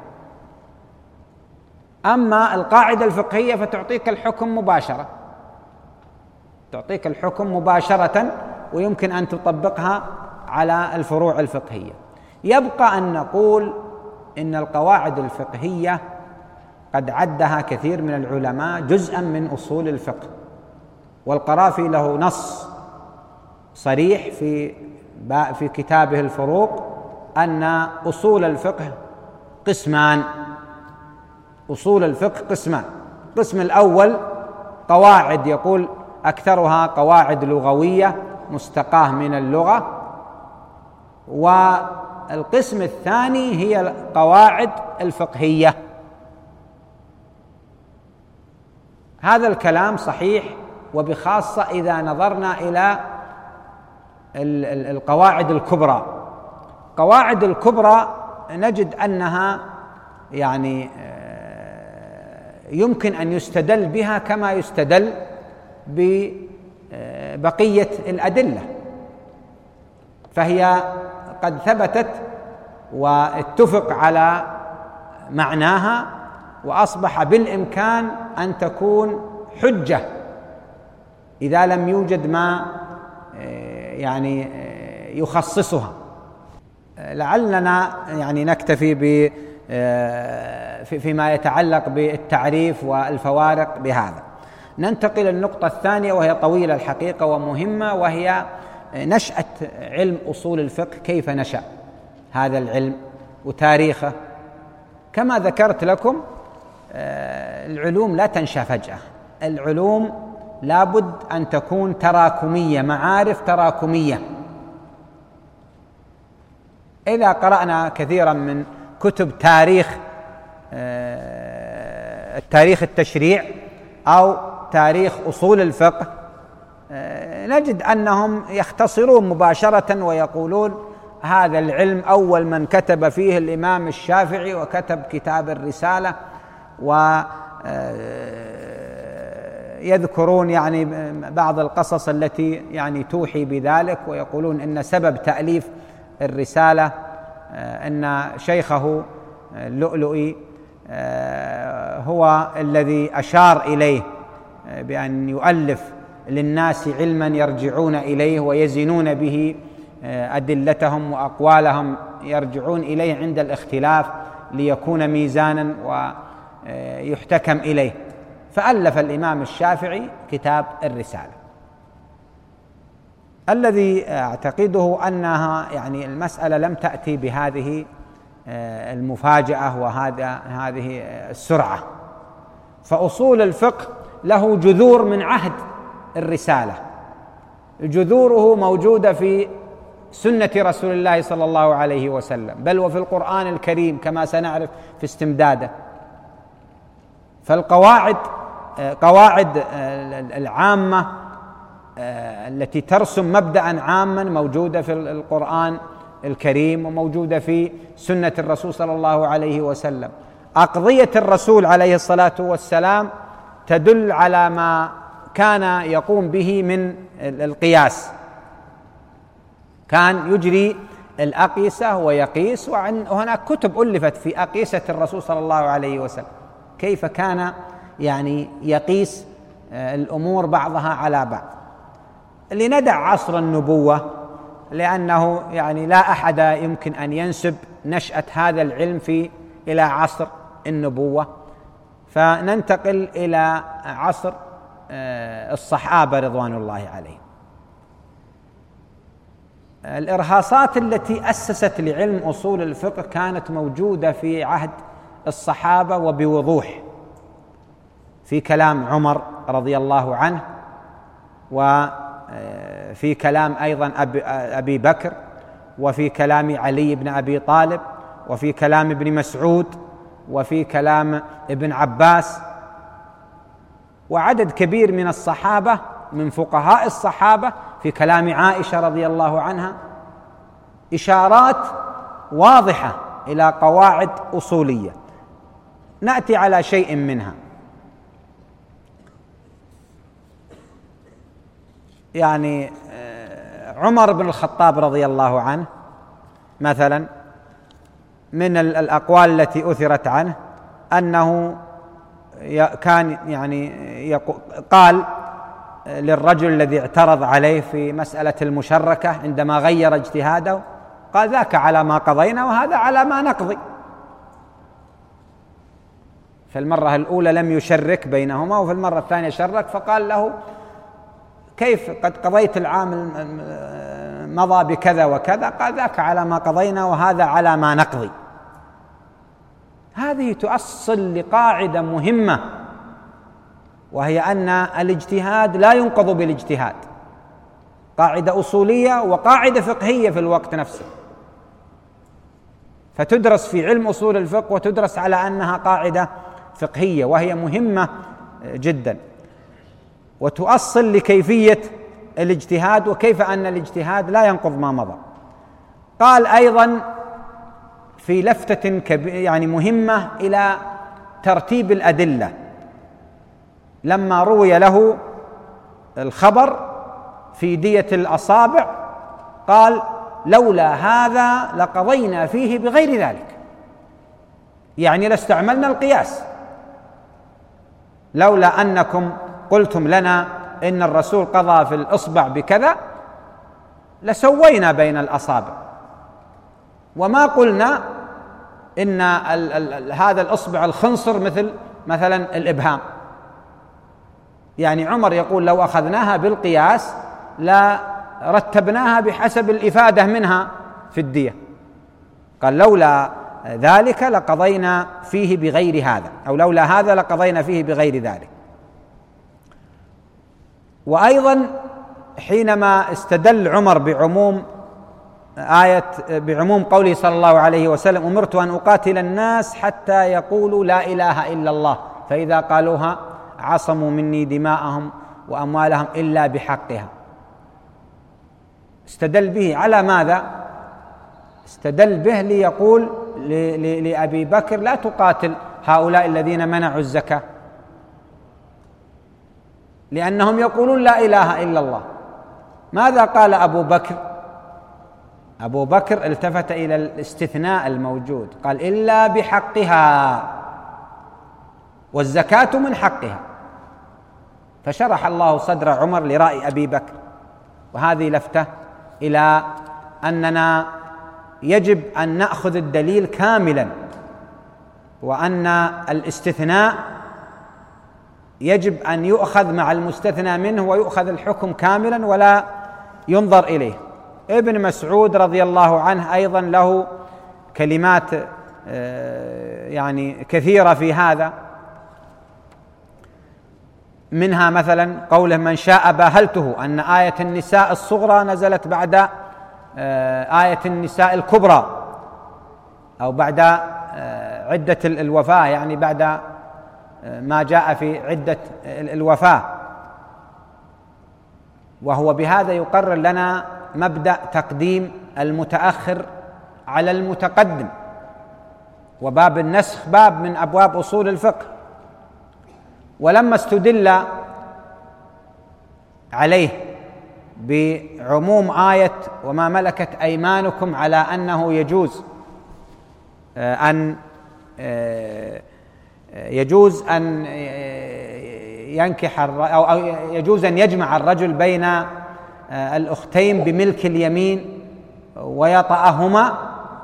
أما القاعدة الفقهية فتعطيك الحكم مباشرة، تعطيك الحكم مباشرة ويمكن أن تطبقها على الفروع الفقهية. يبقى أن نقول إن القواعد الفقهية قد عدها كثير من العلماء جزءا من أصول الفقه، والقرافي له نص صريح في كتابه الفروق أن أصول الفقه قسمان. أصول الفقه قسمان: القسم الأول قواعد يقول أكثرها قواعد لغوية مستقاة من اللغة، والقسم الثاني هي القواعد الفقهية. هذا الكلام صحيح، وبخاصة إذا نظرنا إلى القواعد الكبرى. القواعد الكبرى نجد أنها يعني يمكن أن يستدل بها كما يستدل ببقية الأدلة، فهي قد ثبتت واتفق على معناها، وأصبح بالإمكان أن تكون حجة إذا لم يوجد ما يعني يخصصها. لعلنا يعني نكتفي فيما يتعلق بالتعريف والفوارق بهذا. ننتقل للنقطة الثانية، وهي طويلة الحقيقة ومهمة، وهي نشأة علم أصول الفقه. كيف نشأ هذا العلم وتاريخه؟ كما ذكرت لكم العلوم لا تنشأ فجأة، العلوم لابد أن تكون تراكمية، معارف تراكمية. إذا قرأنا كثيرا من كتب تاريخ التشريع أو تاريخ أصول الفقه، نجد أنهم يختصرون مباشرة ويقولون هذا العلم أول من كتب فيه الإمام الشافعي، وكتب كتاب الرسالة، ويذكرون يعني بعض القصص التي يعني توحي بذلك، ويقولون إن سبب تأليف الرسالة أن شيخه اللؤلؤي هو الذي أشار إليه بأن يؤلف للناس علما يرجعون إليه ويزنون به أدلتهم وأقوالهم، يرجعون إليه عند الاختلاف ليكون ميزانا ويحتكم إليه. فألف الإمام الشافعي كتاب الرسالة، الذي أعتقده أنها يعني المسألة لم تأتي بهذه المفاجأة وهذه السرعة. فأصول الفقه له جذور من عهد الرسالة، جذوره موجودة في سنة رسول الله صلى الله عليه وسلم، بل وفي القرآن الكريم كما سنعرف في استمداده. فالقواعد قواعد العامة التي ترسم مبدأ عاما موجودة في القرآن الكريم وموجودة في سنة الرسول صلى الله عليه وسلم. أقضية الرسول عليه الصلاة والسلام تدل على ما كان يقوم به من القياس، كان يجري الأقيسة ويقيس، وهناك كتب ألفت في أقيسة الرسول صلى الله عليه وسلم، كيف كان يعني يقيس الأمور بعضها على بعض. لندع عصر النبوة، لأنه يعني لا أحد يمكن أن ينسب نشأة هذا العلم إلى عصر النبوة، فننتقل إلى عصر الصحابة رضوان الله عليهم. الإرهاصات التي أسست لعلم أصول الفقه كانت موجودة في عهد الصحابة وبوضوح، في كلام عمر رضي الله عنه، وفي كلام أيضا أبي بكر، وفي كلام علي بن أبي طالب، وفي كلام ابن مسعود، وفي كلام ابن عباس، وعدد كبير من الصحابة من فقهاء الصحابة، في كلام عائشة رضي الله عنها، إشارات واضحة إلى قواعد أصولية. نأتي على شيء منها. يعني عمر بن الخطاب رضي الله عنه مثلا، من الأقوال التي أثرت عنه أنه كان يعني قال للرجل الذي اعترض عليه في مسألة المشركة عندما غير اجتهاده، قال: ذاك على ما قضينا وهذا على ما نقضي. في المرة الأولى لم يشرك بينهما، وفي المرة الثانية شرك، فقال له: كيف قد قضيت العام مضى بكذا وكذا؟ قال: ذاك على ما قضينا وهذا على ما نقضي. هذه تؤصل لقاعدة مهمة، وهي أن الاجتهاد لا ينقض بالاجتهاد، قاعدة أصولية وقاعدة فقهية في الوقت نفسه، فتدرس في علم أصول الفقه وتدرس على أنها قاعدة فقهية، وهي مهمة جدا، وتؤصل لكيفية الاجتهاد وكيف أن الاجتهاد لا ينقض ما مضى. قال أيضا في لفتة يعني مهمة إلى ترتيب الأدلة، لما روي له الخبر في دية الأصابع قال: لولا هذا لقضينا فيه بغير ذلك، يعني لاستعملنا القياس، لولا أنكم قلتم لنا إن الرسول قضى في الإصبع بكذا لسوينا بين الأصابع، وما قلنا إن هذا الإصبع الخنصر مثلا الإبهام. يعني عمر يقول: لو أخذناها بالقياس لا رتبناها بحسب الإفادة منها في الدية. قال: لولا ذلك لقضينا فيه بغير هذا، أو لولا هذا لقضينا فيه بغير ذلك. وأيضا حينما استدل عمر بعموم قوله صلى الله عليه وسلم: أمرت أن أقاتل الناس حتى يقولوا لا إله إلا الله، فإذا قالوها عصموا مني دماءهم وأموالهم إلا بحقها. استدل به على ماذا؟ استدل به ليقول لأبي بكر: لا تقاتل هؤلاء الذين منعوا الزكاة، لأنهم يقولون لا إله إلا الله. ماذا قال أبو بكر؟ أبو بكر التفت إلى الاستثناء الموجود، قال: إلا بحقها، والزكاة من حقها. فشرح الله صدر عمر لرأي أبي بكر. وهذه لفتة إلى أننا يجب أن نأخذ الدليل كاملا، وأن الاستثناء يجب أن يؤخذ مع المستثنى منه ويؤخذ الحكم كاملا ولا ينظر إليه. ابن مسعود رضي الله عنه أيضا له كلمات يعني كثيرة في هذا، منها مثلا قوله: من شاء باهلته، أن آية النساء الصغرى نزلت بعد آية النساء الكبرى، أو بعد عدة الوفاة، يعني بعد ما جاء في عدة الوفاة. وهو بهذا يقرر لنا مبدأ تقديم المتأخر على المتقدم. وباب النسخ باب من أبواب أصول الفقه، ولما استدل عليه بعموم آية وما ملكت أيمانكم على أنه يجوز أن ينكح أو يجوز أن يجمع الرجل بين الأختين بملك اليمين ويطأهما،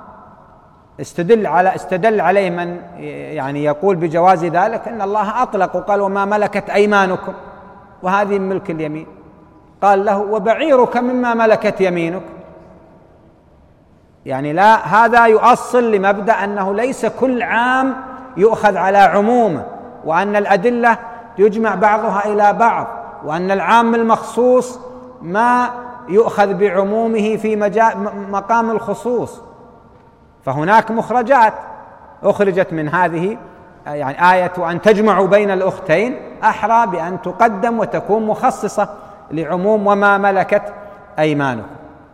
استدل عليه من يعني يقول بجواز ذلك أن الله أطلق وقال: وما ملكت أيمانكم، وهذه من ملك اليمين. قال له: وبعيرك مما ملكت يمينك. يعني لا، هذا يؤصل لمبدأ أنه ليس كل عام يؤخذ على عمومه، وأن الأدلة يجمع بعضها إلى بعض، وأن العام المخصوص ما يؤخذ بعمومه في مقام الخصوص. فهناك مخرجات أخرجت من هذه، يعني آية أن تجمعوا بين الأختين أحرى بأن تقدم وتكون مخصصة لعموم وما ملكت أيمانكم.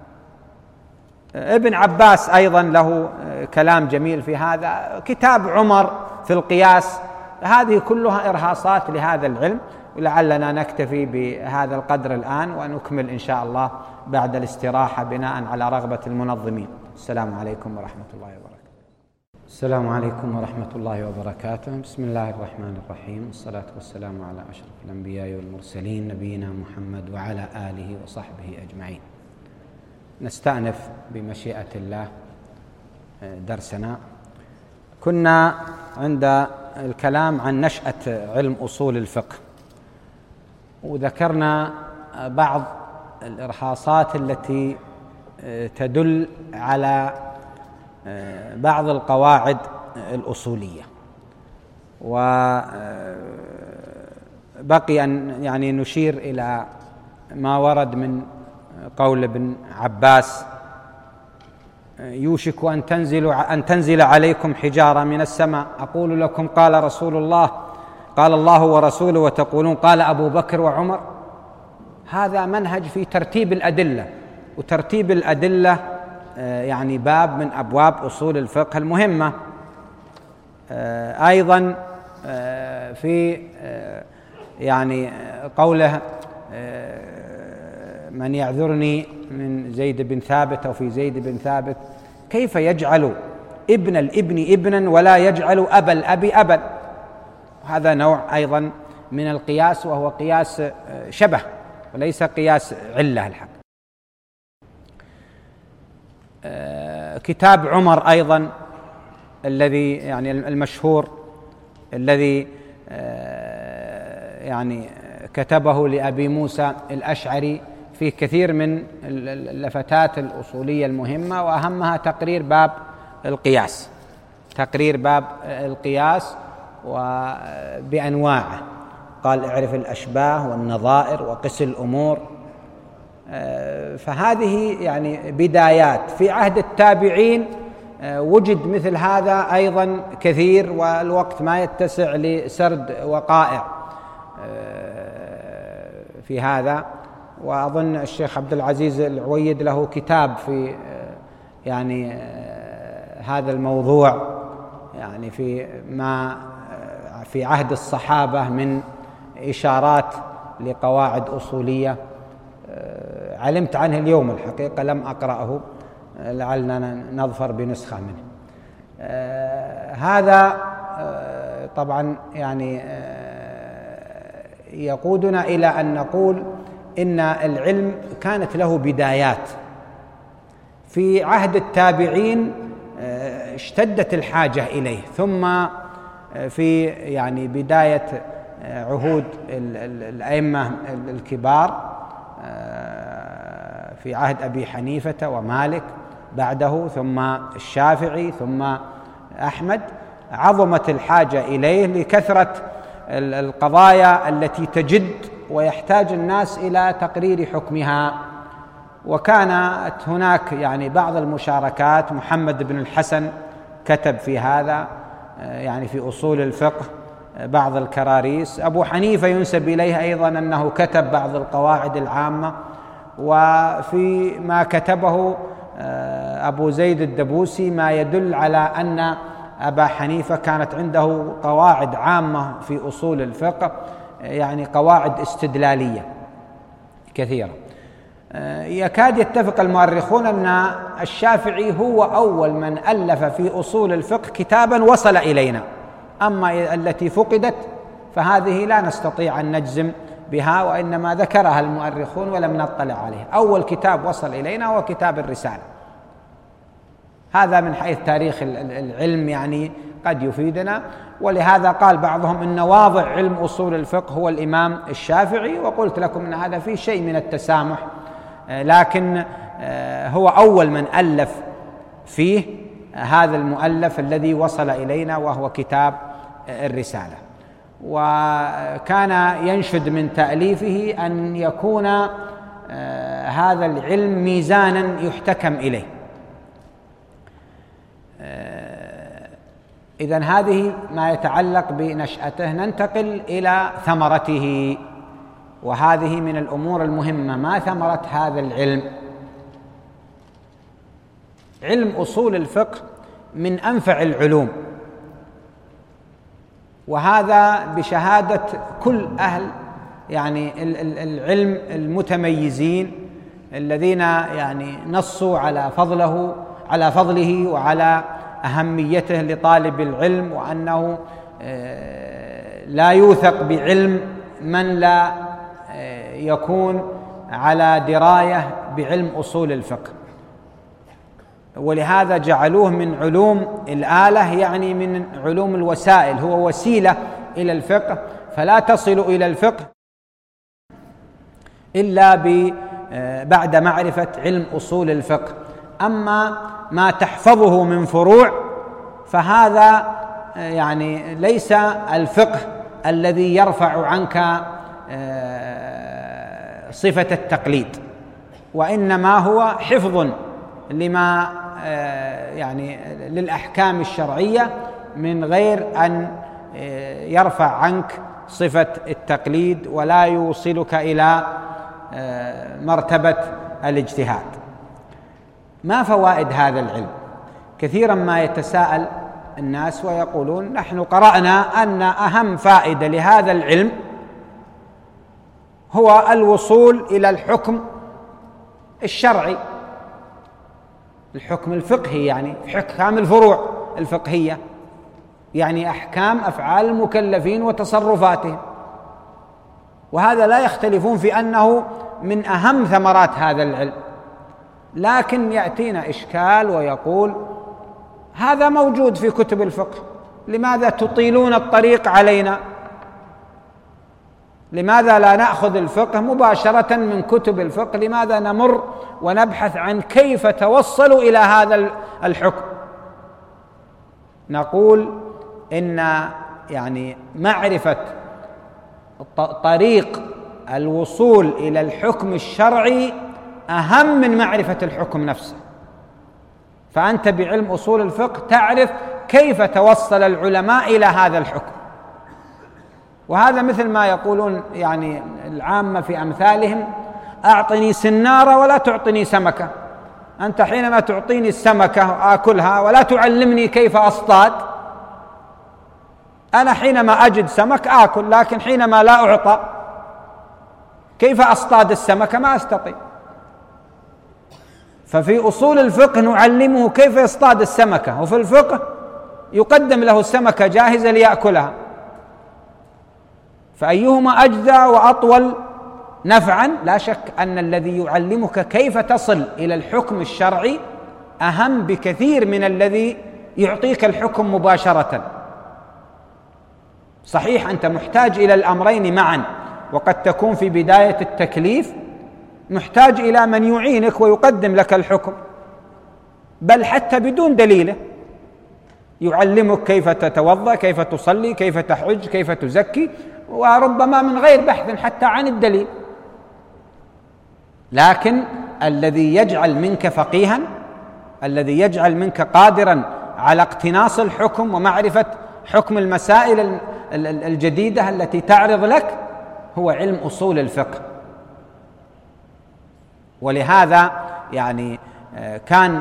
ابن عباس أيضا له كلام جميل في هذا، كتاب عمر في القياس. هذه كلها إرهاصات لهذا العلم، ولعلنا نكتفي بهذا القدر الآن، ونكمل إن شاء الله بعد الاستراحة بناء على رغبة المنظمين. السلام عليكم ورحمة الله وبركاته. السلام عليكم ورحمة الله وبركاته. بسم الله الرحمن الرحيم، والصلاة والسلام على أشرف الأنبياء والمرسلين، نبينا محمد وعلى آله وصحبه أجمعين. نستأنف بمشيئة الله درسنا. كنا عند الكلام عن نشأة علم أصول الفقه، وذكرنا بعض الإرهاصات التي تدل على بعض القواعد الأصولية، وبقي أن يعني نشير إلى ما ورد من قول ابن عباس: يوشك أن تنزل عليكم حجارة من السماء، أقول لكم قال رسول الله، قال الله ورسوله، وتقولون قال أبو بكر وعمر. هذا منهج في ترتيب الأدلة، وترتيب الأدلة يعني باب من أبواب أصول الفقه المهمة. أيضا في يعني قوله: من يعذرني من زيد بن ثابت، أو في زيد بن ثابت، كيف يجعل ابن الابن ابنا ولا يجعل أبا الأب أبا؟ هذا نوع أيضا من القياس، وهو قياس شبه وليس قياس علة الحق. كتاب عمر أيضا الذي يعني المشهور، الذي يعني كتبه لأبي موسى الأشعري، فيه كثير من اللفتات الأصولية المهمة، وأهمها تقرير باب القياس، تقرير باب القياس وبأنواعه. قال: اعرف الأشباه والنظائر وقس الأمور. فهذه يعني بدايات. في عهد التابعين وجد مثل هذا أيضا كثير، والوقت ما يتسع لسرد وقائع في هذا. وأظن الشيخ عبد العزيز العويد له كتاب في يعني هذا الموضوع، يعني في ما في عهد الصحابة من إشارات لقواعد أصولية. علمت عنه اليوم الحقيقة، لم أقرأه، لعلنا نظفر بنسخة منه. هذا طبعا يعني يقودنا إلى أن نقول إن العلم كانت له بدايات. في عهد التابعين اشتدت الحاجة إليه، ثم في بداية عهود الأئمة الكبار في عهد أبي حنيفة ومالك بعده، ثم الشافعي، ثم أحمد، عظمت الحاجة إليه لكثرة القضايا التي تجد ويحتاج الناس إلى تقرير حكمها. وكانت هناك بعض المشاركات. محمد بن الحسن كتب في هذا في أصول الفقه بعض الكراريس. أبو حنيفة ينسب إليه أيضا أنه كتب بعض القواعد العامة. وفي ما كتبه أبو زيد الدبوسي ما يدل على أن أبا حنيفة كانت عنده قواعد عامة في أصول الفقه، قواعد استدلالية كثيرة. يكاد يتفق المؤرخون أن الشافعي هو أول من ألف في أصول الفقه كتابا وصل إلينا، أما التي فقدت فهذه لا نستطيع أن نجزم بها، وإنما ذكرها المؤرخون ولم نطلع عليه. أول كتاب وصل إلينا هو كتاب الرسالة. هذا من حيث تاريخ العلم قد يفيدنا. ولهذا قال بعضهم إن واضع علم أصول الفقه هو الإمام الشافعي، وقلت لكم أن هذا فيه شيء من التسامح، لكن هو أول من ألف فيه هذا المؤلف الذي وصل إلينا وهو كتاب الرسالة. وكان ينشد من تأليفه أن يكون هذا العلم ميزانا يحتكم إليه. إذن هذه ما يتعلق بنشأته. ننتقل إلى ثمرته، وهذه من الأمور المهمة. ما ثمرة هذا العلم؟ علم أصول الفقه من أنفع العلوم، وهذا بشهادة كل أهل العلم المتميزين الذين نصوا على فضله وعلى أهميته لطالب العلم، وأنه لا يوثق بعلم من لا يكون على دراية بعلم أصول الفقه. ولهذا جعلوه من علوم الآلة، من علوم الوسائل، هو وسيلة إلى الفقه، فلا تصل إلى الفقه إلا بعد معرفة علم أصول الفقه. أما ما تحفظه من فروع فهذا ليس الفقه الذي يرفع عنك صفة التقليد، وإنما هو حفظ لما للأحكام الشرعية من غير أن يرفع عنك صفة التقليد ولا يوصلك إلى مرتبة الاجتهاد. ما فوائد هذا العلم؟ كثيرا ما يتساءل الناس ويقولون نحن قرأنا أن أهم فائدة لهذا العلم هو الوصول إلى الحكم الشرعي، الحكم الفقهي، أحكام الفروع الفقهية، أحكام أفعال المكلفين وتصرفاتهم. وهذا لا يختلفون في أنه من أهم ثمرات هذا العلم. لكن يأتينا إشكال ويقول هذا موجود في كتب الفقه، لماذا تطيلون الطريق علينا؟ لماذا لا نأخذ الفقه مباشرة من كتب الفقه؟ لماذا نمر ونبحث عن كيف توصلوا إلى هذا الحكم؟ نقول إن معرفة طريق الوصول إلى الحكم الشرعي أهم من معرفة الحكم نفسه. فأنت بعلم أصول الفقه تعرف كيف توصل العلماء إلى هذا الحكم. وهذا مثل ما يقولون العامة في أمثالهم: أعطني سنارة ولا تعطني سمكة. أنت حينما تعطيني السمكة آكلها ولا تعلمني كيف أصطاد، أنا حينما أجد سمك آكل، لكن حينما لا أعطى كيف أصطاد السمكة ما أستطيع. ففي أصول الفقه نعلمه كيف يصطاد السمكة، وفي الفقه يقدم له السمكة جاهزة ليأكلها. فأيهما أجزى وأطول نفعا؟ لا شك أن الذي يعلمك كيف تصل إلى الحكم الشرعي أهم بكثير من الذي يعطيك الحكم مباشرة. صحيح أنت محتاج إلى الأمرين معا، وقد تكون في بداية التكليف محتاج إلى من يعينك ويقدم لك الحكم، بل حتى بدون دليله يعلمك كيف تتوضأ، كيف تصلي، كيف تحج، كيف تزكي، وربما من غير بحث حتى عن الدليل. لكن الذي يجعل منك فقيها، الذي يجعل منك قادرا على اقتناص الحكم ومعرفة حكم المسائل الجديدة التي تعرض لك هو علم أصول الفقه. ولهذا يعني كان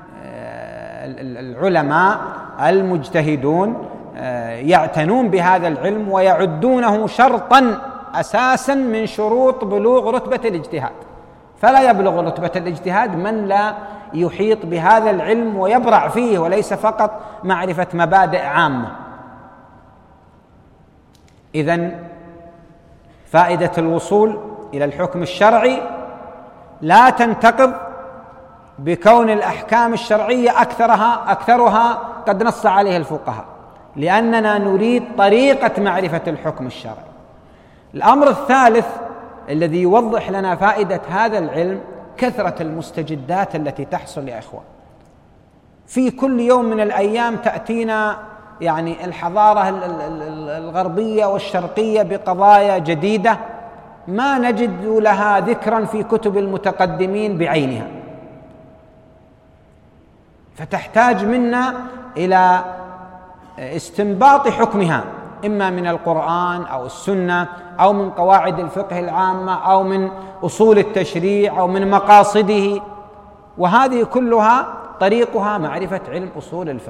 العلماء المجتهدون يعتنون بهذا العلم ويعدونه شرطا أساسا من شروط بلوغ رتبة الاجتهاد. فلا يبلغ رتبة الاجتهاد من لا يحيط بهذا العلم ويبرع فيه، وليس فقط معرفة مبادئ عامة. إذن فائدة الوصول إلى الحكم الشرعي لا تنتقض بكون الأحكام الشرعية أكثرها قد نص عليها الفقهاء، لأننا نريد طريقة معرفة الحكم الشرعي. الأمر الثالث الذي يوضح لنا فائدة هذا العلم كثرة المستجدات التي تحصل يا إخوان. في كل يوم من الأيام تأتينا يعني الحضارة الغربية والشرقية بقضايا جديدة ما نجد لها ذكرا في كتب المتقدمين بعينها، فتحتاج منا إلى استنباط حكمها إما من القرآن أو السنة أو من قواعد الفقه العامة أو من أصول التشريع أو من مقاصده، وهذه كلها طريقها معرفة علم أصول الفقه.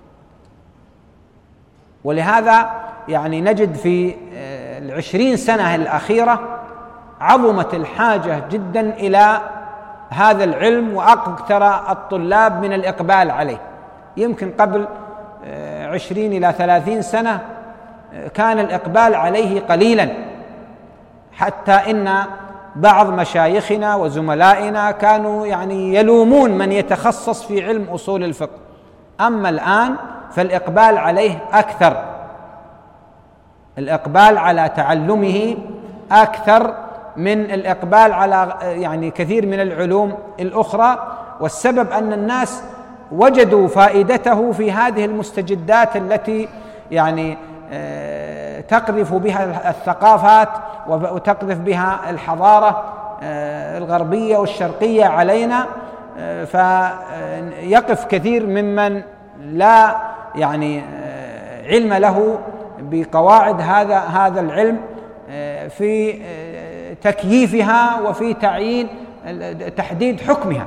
ولهذا يعني نجد في 20 سنة الأخيرة عظمت الحاجة جدا إلى هذا العلم وأكثر الطلاب من الإقبال عليه. يمكن قبل 20 إلى 30 سنة كان الإقبال عليه قليلا، حتى إن بعض مشايخنا وزملائنا كانوا يعني يلومون من يتخصص في علم أصول الفقه. أما الآن فالإقبال عليه أكثر، الإقبال على تعلمه أكثر من الإقبال على يعني كثير من العلوم الأخرى، والسبب أن الناس وجدوا فائدته في هذه المستجدات التي يعني تقذف بها الثقافات وتقذف بها الحضارة الغربية والشرقية علينا، فيقف كثير ممن لا يعني علم له بقواعد هذا العلم في تكييفها وفي تحديد حكمها.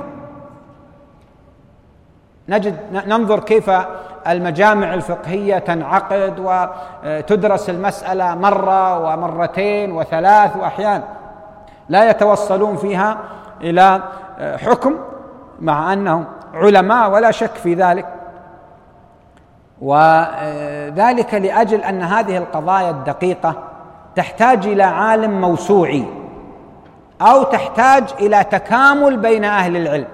ننظر كيف المجامع الفقهية تنعقد وتدرس المسألة مرة ومرتين وثلاث، وأحيانا لا يتوصلون فيها إلى حكم مع أنهم علماء ولا شك في ذلك، وذلك لأجل أن هذه القضايا الدقيقة تحتاج إلى عالم موسوعي أو تحتاج إلى تكامل بين أهل العلم.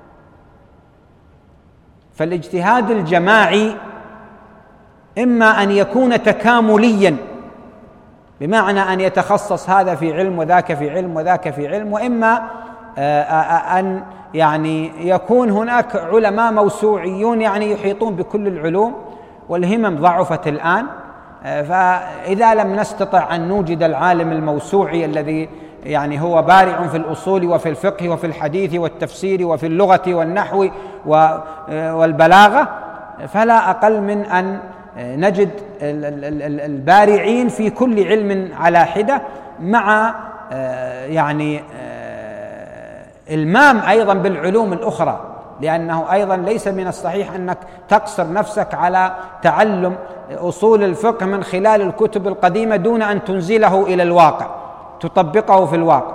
فالاجتهاد الجماعي إما أن يكون تكامليا بمعنى أن يتخصص هذا في علم وذاك في علم وذاك في علم، وإما أن يعني يكون هناك علماء موسوعيون يعني يحيطون بكل العلوم، والهمم ضعفت الآن. فإذا لم نستطع أن نوجد العالم الموسوعي الذي يعني هو بارع في الأصول وفي الفقه وفي الحديث والتفسير وفي اللغة والنحو والبلاغة، فلا أقل من أن نجد البارعين في كل علم على حدة، مع يعني المام أيضا بالعلوم الأخرى، لأنه أيضا ليس من الصحيح أنك تقصر نفسك على تعلم أصول الفقه من خلال الكتب القديمة دون أن تنزله إلى الواقع تطبقه في الواقع.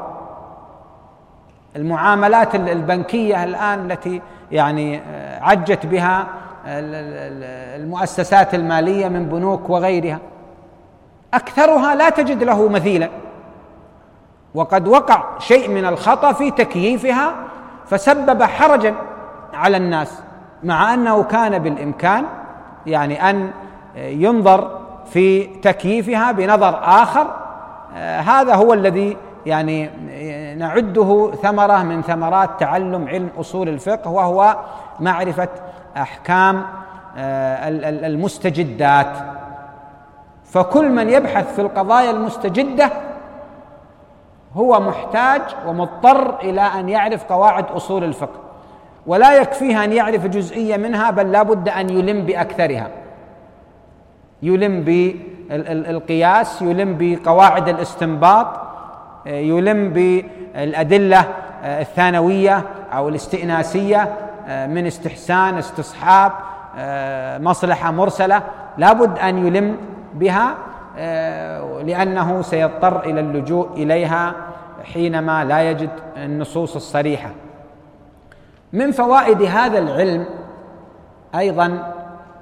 المعاملات البنكية الآن التي يعني عجت بها المؤسسات المالية من بنوك وغيرها، أكثرها لا تجد له مثيلا، وقد وقع شيء من الخطأ في تكييفها فسبب حرجا على الناس، مع أنه كان بالإمكان يعني أن ينظر في تكييفها بنظر آخر. هذا هو الذي يعني نعده ثمرة من ثمرات تعلم علم أصول الفقه، وهو معرفة أحكام المستجدات. فكل من يبحث في القضايا المستجدة هو محتاج ومضطر إلى أن يعرف قواعد أصول الفقه، ولا يكفيه أن يعرف جزئية منها، بل لا بد أن يلم بأكثرها، يلم بالقياس، يلم بقواعد الاستنباط، يلم بالأدلة الثانوية أو الاستئناسية من استحسان، استصحاب، مصلحة مرسلة، لا بد أن يلم بها، لأنه سيضطر إلى اللجوء إليها حينما لا يجد النصوص الصريحة. من فوائد هذا العلم أيضا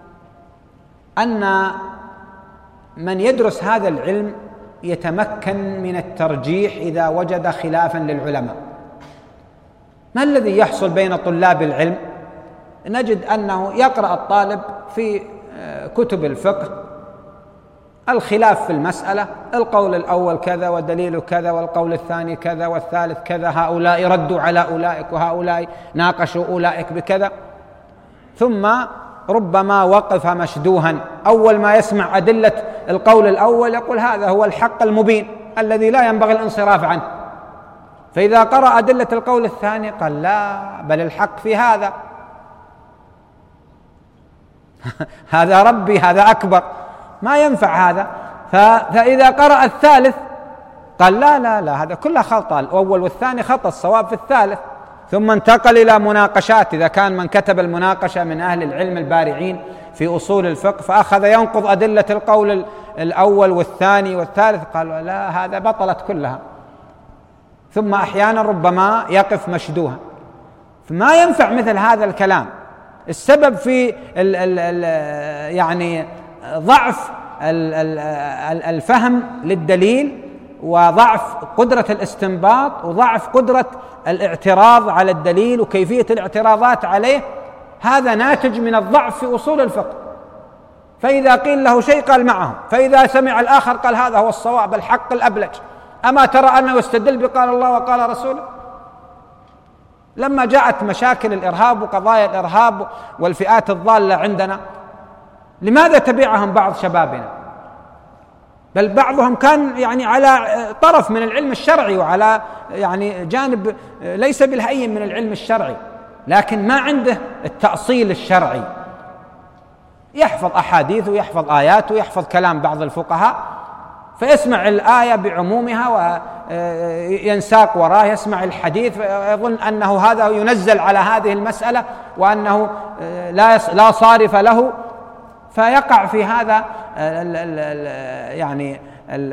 أن من يدرس هذا العلم يتمكن من الترجيح إذا وجد خلافا للعلماء. ما الذي يحصل بين طلاب العلم؟ نجد أنه يقرأ الطالب في كتب الفقه الخلاف في المسألة، القول الأول كذا ودليل كذا، والقول الثاني كذا، والثالث كذا، هؤلاء ردوا على أولئك، وهؤلاء ناقشوا أولئك بكذا، ثم ربما وقف مشدوها، أول ما يسمع أدلة القول الأول يقول هذا هو الحق المبين الذي لا ينبغي الانصراف عنه، فإذا قرأ أدلة القول الثاني قال لا، بل الحق في هذا، هذا ربي، هذا أكبر، ما ينفع هذا. فإذا قرأ الثالث قال لا لا لا، هذا كله خطأ، الأول والثاني خطأ، الصواب في الثالث. ثم انتقل إلى مناقشات، إذا كان من كتب المناقشة من أهل العلم البارعين في أصول الفقه، فأخذ ينقض أدلة القول الأول والثاني والثالث، قالوا لا، هذا بطلت كلها. ثم أحيانا ربما يقف مشدوها، فما ينفع مثل هذا الكلام. السبب في يعني ضعف الفهم للدليل، وضعف قدرة الاستنباط، وضعف قدرة الاعتراض على الدليل وكيفية الاعتراضات عليه، هذا ناتج من الضعف في أصول الفقه. فإذا قيل له شيء قال معهم، فإذا سمع الآخر قال هذا هو الصواب، الحق الأبلج، أما ترى أنه يستدل بقال الله وقال رسوله؟ لما جاءت مشاكل الإرهاب وقضايا الإرهاب والفئات الضالة عندنا، لماذا تبعهم بعض شبابنا؟ بل بعضهم كان يعني على طرف من العلم الشرعي، وعلى يعني جانب ليس بالهين من العلم الشرعي، لكن ما عنده التأصيل الشرعي، يحفظ أحاديث ويحفظ آيات ويحفظ كلام بعض الفقهاء، فيسمع الآية بعمومها وينساق وراه، يسمع الحديث يظن أنه هذا ينزل على هذه المسألة، وأنه لا صارف له، فيقع في هذا يعني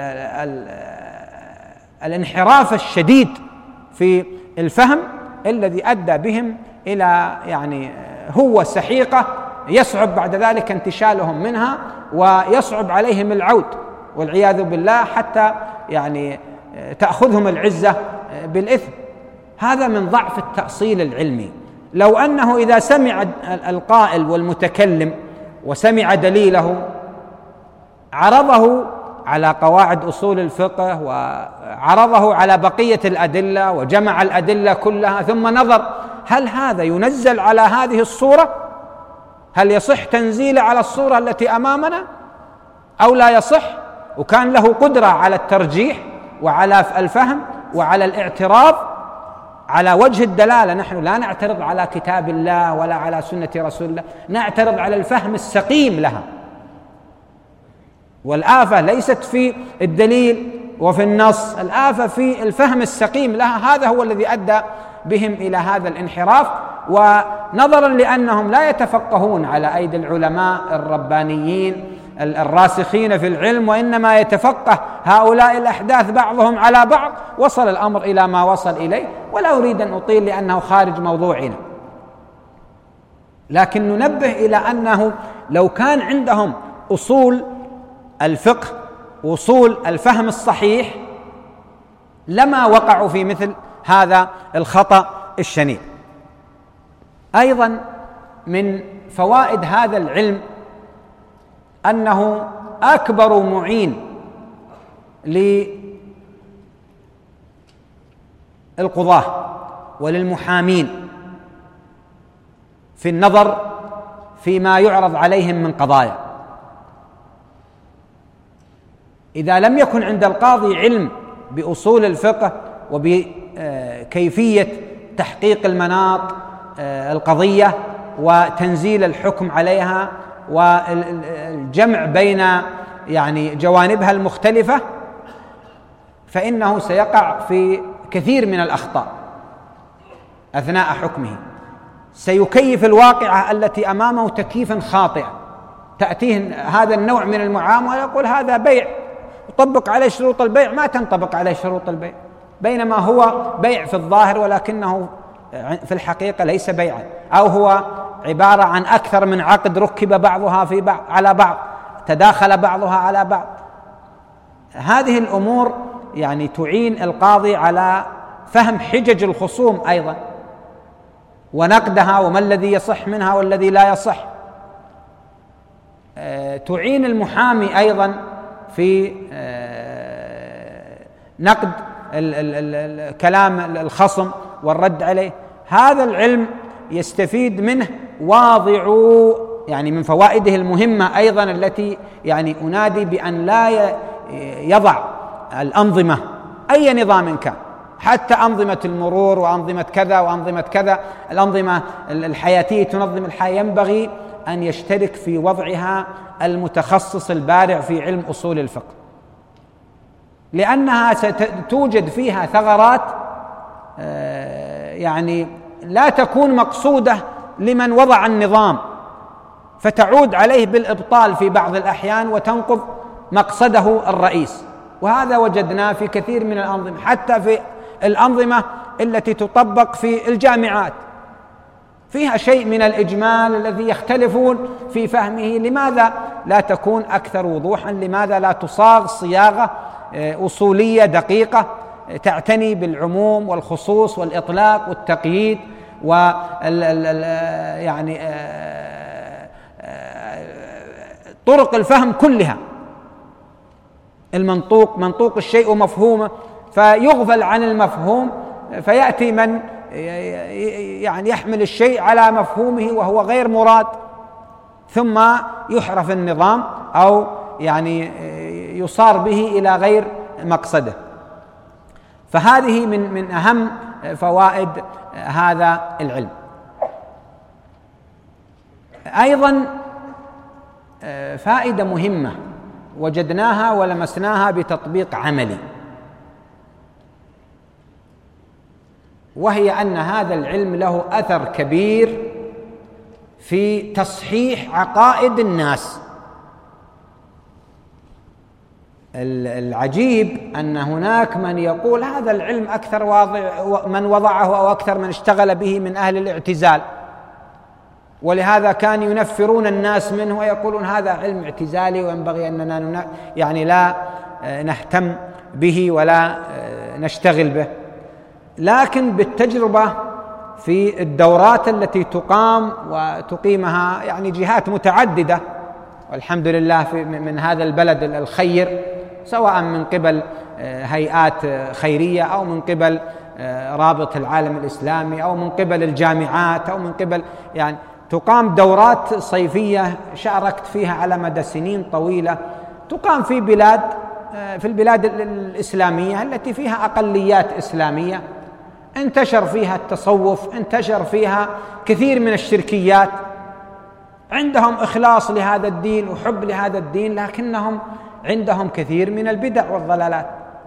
الانحراف الشديد في الفهم، الذي أدى بهم إلى يعني هو سحيقة يصعب بعد ذلك انتشالهم منها، ويصعب عليهم العود والعياذ بالله، حتى يعني تأخذهم العزة بالإثم. هذا من ضعف التأصيل العلمي. لو أنه إذا سمع القائل والمتكلم وسمع دليله عرضه على قواعد أصول الفقه، وعرضه على بقية الأدلة، وجمع الأدلة كلها، ثم نظر هل هذا ينزل على هذه الصورة، هل يصح تنزيله على الصورة التي أمامنا أو لا يصح، وكان له قدرة على الترجيح وعلى الفهم وعلى الاعتراض على وجه الدلالة. نحن لا نعترض على كتاب الله ولا على سنة رسول الله، نعترض على الفهم السقيم لها، والآفة ليست في الدليل وفي النص، الآفة في الفهم السقيم لها. هذا هو الذي أدى بهم إلى هذا الانحراف، ونظرا لأنهم لا يتفقهون على أيدي العلماء الربانيين الراسخين في العلم، وإنما يتفقه هؤلاء الأحداث بعضهم على بعض، وصل الأمر إلى ما وصل إليه. ولا أريد أن أطيل لأنه خارج موضوعنا، لكن ننبه إلى أنه لو كان عندهم أصول الفقه وصول الفهم الصحيح لما وقعوا في مثل هذا الخطأ الشنيع. أيضا من فوائد هذا العلم أنه أكبر معين للقضاة وللمحامين في النظر فيما يعرض عليهم من قضايا. إذا لم يكن عند القاضي علم بأصول الفقه وبكيفية تحقيق المناط القضية وتنزيل الحكم عليها والجمع بين يعني جوانبها المختلفة، فإنه سيقع في كثير من الأخطاء أثناء حكمه، سيكيف الواقعة التي أمامه تكييفا خاطئا، تأتيه هذا النوع من المعاملة ويقول هذا بيع، يطبق عليه شروط البيع، ما تنطبق عليه شروط البيع، بينما هو بيع في الظاهر ولكنه في الحقيقة ليس بيعا، أو هو عبارة عن أكثر من عقد ركب بعضها في بعض على بعض، تداخل بعضها على بعض. هذه الأمور يعني تعين القاضي على فهم حجج الخصوم أيضا ونقدها وما الذي يصح منها والذي لا يصح. تعين المحامي أيضا في نقد كلام الخصم والرد عليه. هذا العلم يستفيد منه واضعوا، يعني من فوائده المهمة أيضا التي يعني أنادي بأن لا يضع الأنظمة أي نظام كان، حتى أنظمة المرور وأنظمة كذا وأنظمة كذا، الأنظمة الحياتية تنظم الحياة، ينبغي أن يشترك في وضعها المتخصص البارع في علم أصول الفقه، لأنها ستوجد فيها ثغرات يعني لا تكون مقصودة لمن وضع النظام، فتعود عليه بالإبطال في بعض الأحيان وتنقض مقصده الرئيس. وهذا وجدناه في كثير من الأنظمة، حتى في الأنظمة التي تطبق في الجامعات فيها شيء من الإجمال الذي يختلفون في فهمه. لماذا لا تكون أكثر وضوحا؟ لماذا لا تصاغ صياغة أصولية دقيقة تعتني بالعموم والخصوص والإطلاق والتقييد يعني طرق الفهم كلها، المنطوق، منطوق الشيء ومفهومه، فيغفل عن المفهوم، فيأتي من يعني يحمل الشيء على مفهومه وهو غير مراد، ثم يحرف النظام أو يعني يصار به إلى غير مقصده. فهذه من أهم فوائد هذا العلم. أيضا فائدة مهمة وجدناها ولمسناها بتطبيق عملي، وهي أن هذا العلم له أثر كبير في تصحيح عقائد الناس. العجيب أن هناك من يقول هذا العلم أكثر من وضعه أو أكثر من اشتغل به من أهل الاعتزال، ولهذا كانوا ينفرون الناس منه ويقولون هذا علم اعتزالي وينبغي أننا يعني لا نهتم به ولا نشتغل به. لكن بالتجربة في الدورات التي تقام وتقيمها يعني جهات متعددة والحمد لله من هذا البلد الخير، سواء من قبل هيئات خيرية أو من قبل رابط العالم الإسلامي أو من قبل الجامعات أو من قبل يعني تقام دورات صيفية شاركت فيها على مدى سنين طويلة، تقام في البلاد الإسلامية التي فيها أقليات إسلامية، انتشر فيها التصوف، انتشر فيها كثير من الشركيات، عندهم إخلاص لهذا الدين وحب لهذا الدين، لكنهم عندهم كثير من البدع والضلالات،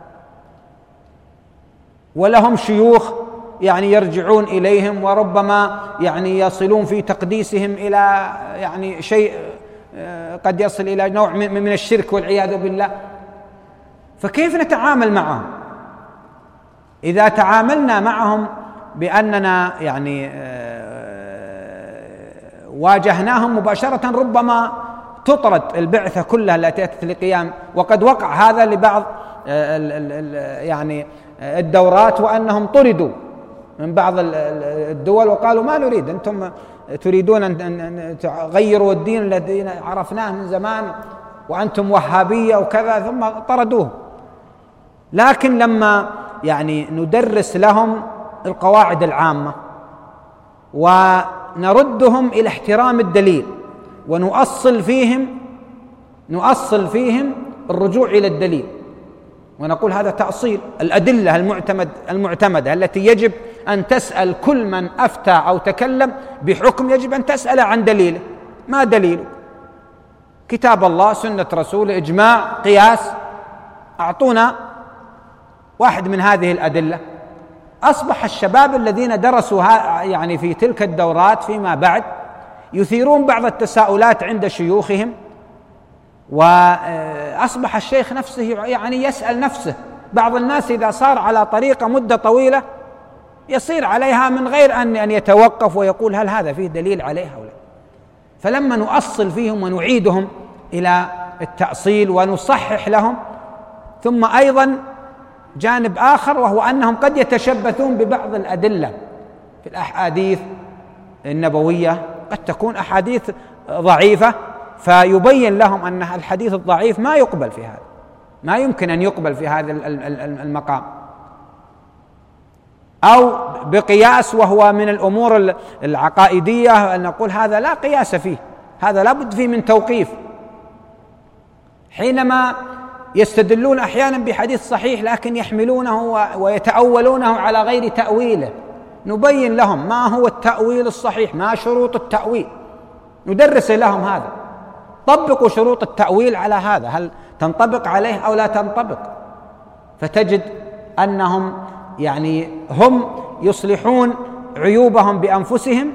ولهم شيوخ يعني يرجعون إليهم وربما يعني يصلون في تقديسهم إلى يعني شيء قد يصل إلى نوع من الشرك والعياذ بالله. فكيف نتعامل معهم؟ إذا تعاملنا معهم بأننا يعني واجهناهم مباشرة ربما تطرد البعثة كلها التي أتت لقيام. وقد وقع هذا لبعض يعني الدورات، وأنهم طردوا من بعض الدول وقالوا ما نريد، أنتم تريدون أن تغيروا الدين الذي عرفناه من زمان وأنتم وهابية وكذا، ثم طردوه. لكن لما يعني ندرس لهم القواعد العامة ونردهم إلى احترام الدليل ونؤصل فيهم الرجوع إلى الدليل، ونقول هذا تأصيل الأدلة المعتمدة التي يجب أن تسأل كل من أفتى أو تكلم بحكم، يجب أن تسأل عن دليله. ما دليله؟ كتاب الله، سنة رسول، إجماع، قياس، أعطونا واحد من هذه الأدلة. أصبح الشباب الذين درسوا يعني في تلك الدورات فيما بعد يثيرون بعض التساؤلات عند شيوخهم، وأصبح الشيخ نفسه يعني يسأل نفسه. بعض الناس إذا صار على طريقة مدة طويلة يصير عليها من غير أن يتوقف ويقول هل هذا فيه دليل عليها أو لا. فلما نؤصل فيهم ونعيدهم إلى التأصيل ونصحح لهم، ثم أيضا جانب آخر وهو أنهم قد يتشبثون ببعض الأدلة في الأحاديث النبوية، قد تكون أحاديث ضعيفة، فيبين لهم أن الحديث الضعيف ما يقبل في هذا، ما يمكن أن يقبل في هذا المقام. أو بقياس وهو من الأمور العقائدية أن نقول هذا لا قياس فيه، هذا لا بد فيه من توقيف. حينما يستدلون أحيانا بحديث صحيح لكن يحملونه ويتأولونه على غير تأويله، نبين لهم ما هو التأويل الصحيح، ما شروط التأويل، ندرس لهم هذا. طبقوا شروط التأويل على هذا، هل تنطبق عليه أو لا تنطبق؟ فتجد أنهم يعني هم يصلحون عيوبهم بأنفسهم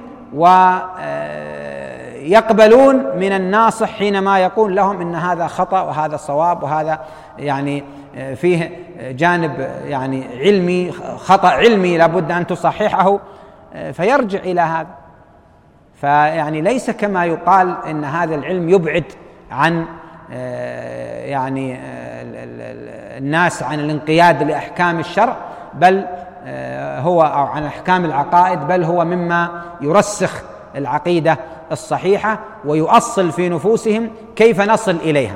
ويقبلون من الناصح حينما يقول لهم إن هذا خطأ وهذا صواب وهذا يعني فيه جانب يعني علمي، خطأ علمي لابد أن تصححه، فيرجع إلى هذا. فيعني ليس كما يقال إن هذا العلم يبعد عن يعني الناس عن الانقياد لأحكام الشرع، بل هو أو عن أحكام العقائد، بل هو مما يرسخ العقيدة الصحيحة ويؤصل في نفوسهم كيف نصل إليها.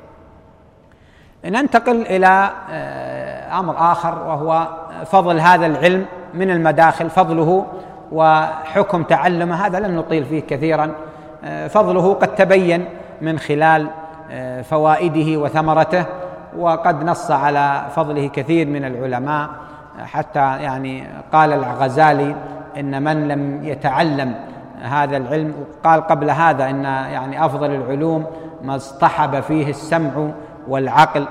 ننتقل إلى أمر آخر وهو فضل هذا العلم من المداخل، فضله وحكم تعلمه. هذا لن نطيل فيه كثيرا، فضله قد تبين من خلال فوائده وثمرته، وقد نص على فضله كثير من العلماء، حتى يعني قال الغزالي إن من لم يتعلم هذا العلم، قال قبل هذا إن يعني أفضل العلوم ما اصطحب فيه السمع والعقل،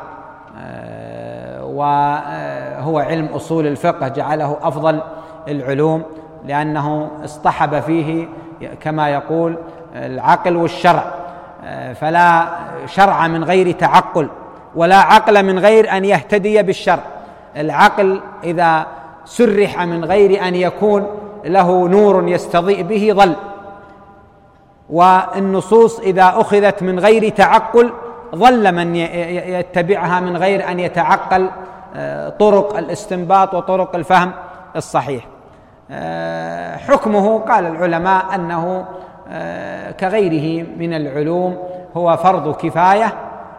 وهو علم أصول الفقه جعله أفضل العلوم لأنه اصطحب فيه كما يقول العقل والشرع، فلا شرع من غير تعقل ولا عقل من غير أن يهتدي بالشرع. العقل إذا سرح من غير أن يكون له نور يستضيء به ضل، والنصوص إذا أخذت من غير تعقل ضل من يتبعها من غير أن يتعقل طرق الاستنباط وطرق الفهم الصحيح. حكمه قال العلماء أنه كغيره من العلوم هو فرض كفاية،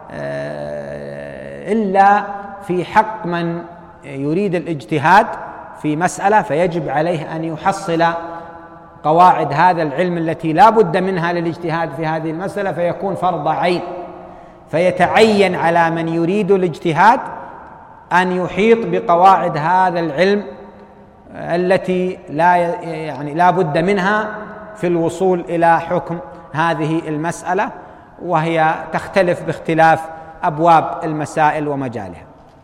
إلا في حق من يريد الاجتهاد في مسألة فيجب عليه أن يحصل قواعد هذا العلم التي لا بد منها للاجتهاد في هذه المسألة، فيكون فرض عين، فيتعين على من يريد الاجتهاد أن يحيط بقواعد هذا العلم التي لا بد منها في الوصول إلى حكم هذه المسألة، وهي تختلف باختلاف أبواب المسائل ومجالها.